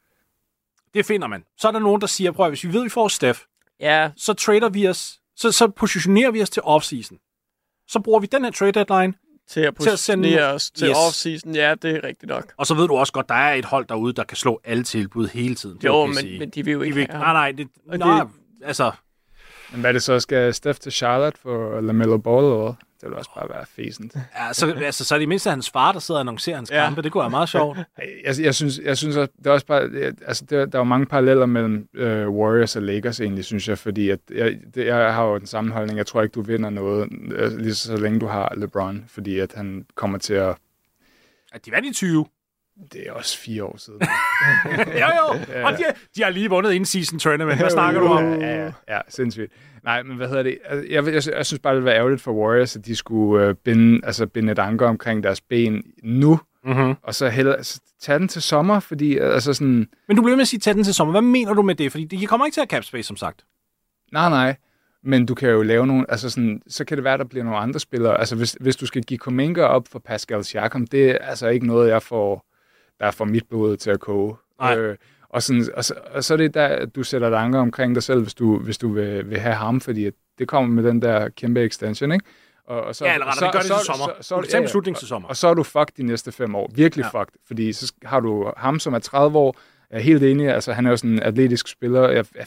Det finder man. Så er der nogen, der siger, prøv at, hvis vi ved, at vi får Steph, Ja, så trader vi os, så, så positionerer vi os til offseason. Så bruger vi den her trade deadline, til at Til at sende- positionere os til Yes. off-season. Ja, det er rigtigt nok. og så ved du også godt, der er et hold derude, der kan slå alle tilbud hele tiden. Det er Jo, okay at men, sige. men de vil jo De ikke vil ikke, have nej, ham. nej, det, Og nej, det- altså, Men hvad er det så? Skal Steph til Charlotte for LaMelo Ball eller hvad? Det vil også bare være fæsent. ja, så, altså, så er det mindst hans far, der sidder og annoncerer hans Ja. kampe. Det kunne være meget sjovt. Jeg, jeg, synes, jeg synes også, det er også bare, jeg, altså der, der er jo mange paralleller mellem øh, Warriors og Lakers egentlig, synes jeg, fordi at jeg, det, jeg har jo den samme holdning. Jeg tror ikke, du vinder noget, øh, lige så længe du har LeBron, fordi at han kommer til at, At de vandt i tyve. det er også fire år siden. Jo, jo. Og de, de har lige vundet in-season tournament. Hvad snakker du om? Ja, ja, ja, sindssygt. Nej, men hvad hedder det? Altså, Jeg, jeg, jeg synes bare, det var ærgerligt for Warriors, at de skulle øh, binde, altså binde et anker omkring deres ben nu, Mm-hmm. og så hellere altså, tage den til sommer, fordi altså sådan, Men du bliver med at sige, tag den til sommer. Hvad mener du med det? Fordi de kommer ikke til at have cap space, som sagt. nej, nej, men du kan jo lave nogle, altså sådan, så kan det være, der bliver nogle andre spillere. Altså hvis, hvis du skal give Kuminga op for Pascal Siakam, det er altså ikke noget, jeg får, der får mit blod til at koge. Nej. Øh, og, sådan, og, så, og så er det der, at du sætter et anker omkring dig selv, hvis du, hvis du vil, vil have ham, fordi at det kommer med den der kæmpe extension, ikke? Og, og så, Ja, eller rettere, så, det gør det så, til sommer. Så, så, Du kan tage en beslutning til sommer. Og så er du fucked de næste fem år. Virkelig Ja. ja. fucked. Fordi så har du ham, som er tredive år. Jeg er helt enig. Altså, han er jo sådan en atletisk spiller, jeg, jeg,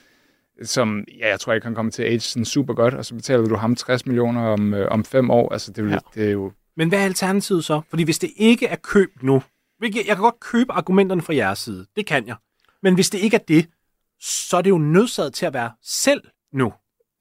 som, ja, jeg tror ikke, han kommer til at age sådan super godt. Og så betaler du ham tres millioner om, øh, om fem år. Altså, det, vil, Ja. ja. det er jo... Men hvad er alternativet så? Fordi hvis det ikke er køb nu, hvilket jeg kan godt købe argumenterne fra jeres side, det kan jeg. Men hvis det ikke er det, så er det jo nødsaget til at være selv nu.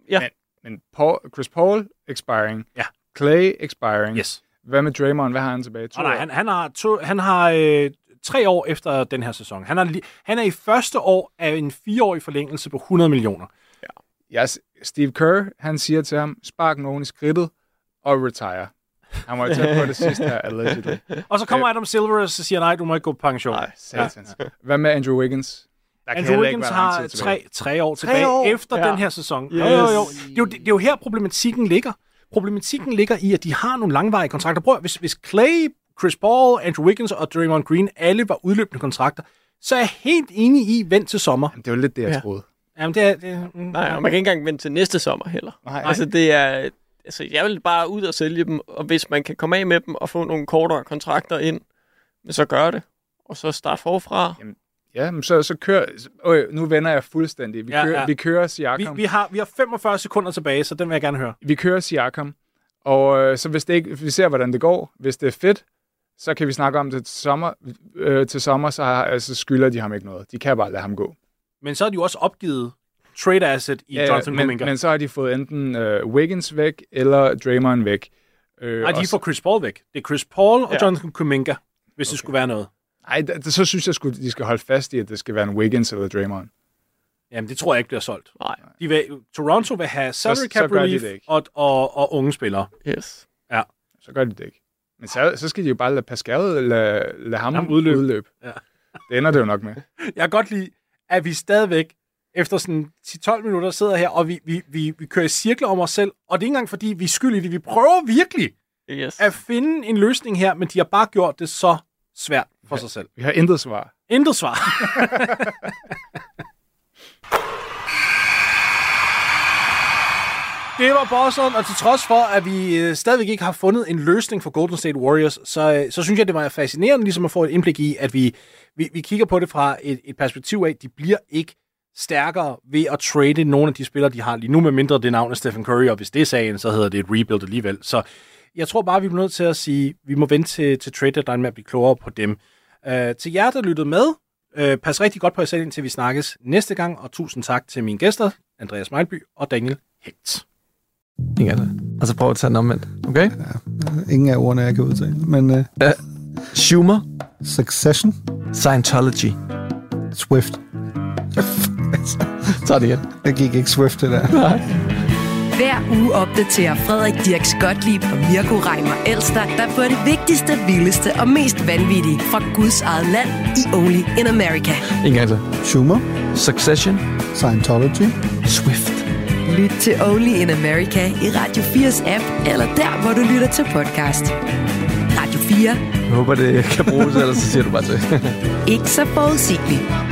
Men Paul, Chris Paul, expiring. Ja. Clay, expiring. Yes. Hvad med Draymond? Hvad har han tilbage? To Og nej, år? han, han har, to, han har øh, tre år efter den her sæson. Han er, li- han er i første år af en fireårig forlængelse på hundrede millioner. Yes. Steve Kerr, han siger til ham, spark nogen i skridtet og retire. Han var jo tæt på det sidste her, allegedly. Og så kommer Adam Silver og så siger, nej, du må ikke gå på pension. Nej. Satans. Hvad med Andrew Wiggins? Der kan Andrew heller ikke Wiggins være lang har tid tilbage. tre, tre år tilbage år? efter Ja. den her sæson. Yes. Jo, jo, jo. Det er, jo, det er jo her, problematikken ligger. Problematikken ligger i, at de har nogle langvarige kontrakter. Prøv, hvis, hvis Clay, Chris Paul, Andrew Wiggins og Draymond Green alle var udløbende kontrakter, så er jeg helt enig i, vent til sommer. Det var lidt det, jeg Ja. troede. Jamen, det er... Det, mm, Nej, og man kan ikke engang vente til næste sommer heller. Nej. Altså, det er... Altså, jeg vil bare ud og sælge dem, og hvis man kan komme af med dem og få nogle kortere kontrakter ind, så gør det. Og så start forfra. Ja, men så, så kører... Øh, nu vender jeg fuldstændig. Vi, Ja, kører, ja. vi kører vi, Siakam. vi, har, vi har femogfyrre sekunder tilbage, så den vil jeg gerne høre. Vi kører Siakam. Og øh, så hvis det ikke... Vi ser, hvordan det går. Hvis det er fedt, så kan vi snakke om det til sommer. Øh, til sommer, så har, altså, skylder de ham ikke noget. De kan bare lade ham gå. Men så har de jo også opgivet trade asset i Ja, Jonathan men, Kuminga. men så har de fået enten øh, Wiggins væk, eller Draymond væk. Øh, Nej, de og får Chris Paul væk. Det er Chris Paul og Ja. Jonathan Kuminga. hvis okay. det skulle være noget. Nej, så synes jeg, at de skal holde fast i, at det skal være en Wiggins eller Draymond. Jamen, det tror jeg ikke bliver solgt. Nej. De vil, Toronto vil have salary cap relief og, og, og unge spillere. Yes. Ja. Så gør de det ikke. Men så, så skal de jo bare lade Pascal lade, lade ham, ham udløbe. udløbe. Ja. Det ender det jo nok med. Jeg kan godt lide, at vi stadigvæk efter sådan ti til tolv minutter sidder her, og vi, vi, vi, vi kører i cirkler om os selv, og det er ikke engang fordi, vi er skyldige i det. Vi prøver virkelig yes. at finde en løsning her, men de har bare gjort det så svært for ja, sig selv. Vi har intet svar. Intet svar. Det var Boston, og til trods for, at vi øh, stadigvæk ikke har fundet en løsning for Golden State Warriors, så, øh, så synes jeg, det var fascinerende ligesom at få et indblik i, at vi, vi, vi kigger på det fra et, et perspektiv af, at de bliver ikke stærkere ved at trade nogle af de spillere, de har lige nu, med mindre det navn er Stephen Curry, og hvis det er sagen, så hedder det et rebuild alligevel. Så jeg tror bare, vi bliver nødt til at sige, vi må vente til, til trade deadline med at blive klogere på dem. Uh, til jer, der lyttede med, uh, pas rigtig godt på jer selv, indtil vi snakkes næste gang, og tusind tak til mine gæster, Andreas Meilby og Daniel Helt. Ingen af det. Og så prøv at tage den omvendt, okay? Ja, ingen af ordene, jeg kan udtale. Men, uh, uh, Schumer. Succession. Scientology. Swift. Så er det igen. Jeg gik ikke Swift det der. Nej. Hver uge opdaterer Frederik Dirks Gottlieb og Mirko Reimer Elster, der får det vigtigste, vildeste og mest vanvittige fra Guds eget land i Only in America. En gang til. Schumer. Succession. Scientology. Swift. Lyt til Only in America i Radio fires app, eller der, hvor du lytter til podcast. Radio fire. Jeg håber, det kan bruges, ellers så siger du bare til. Ikke så forudsigeligt.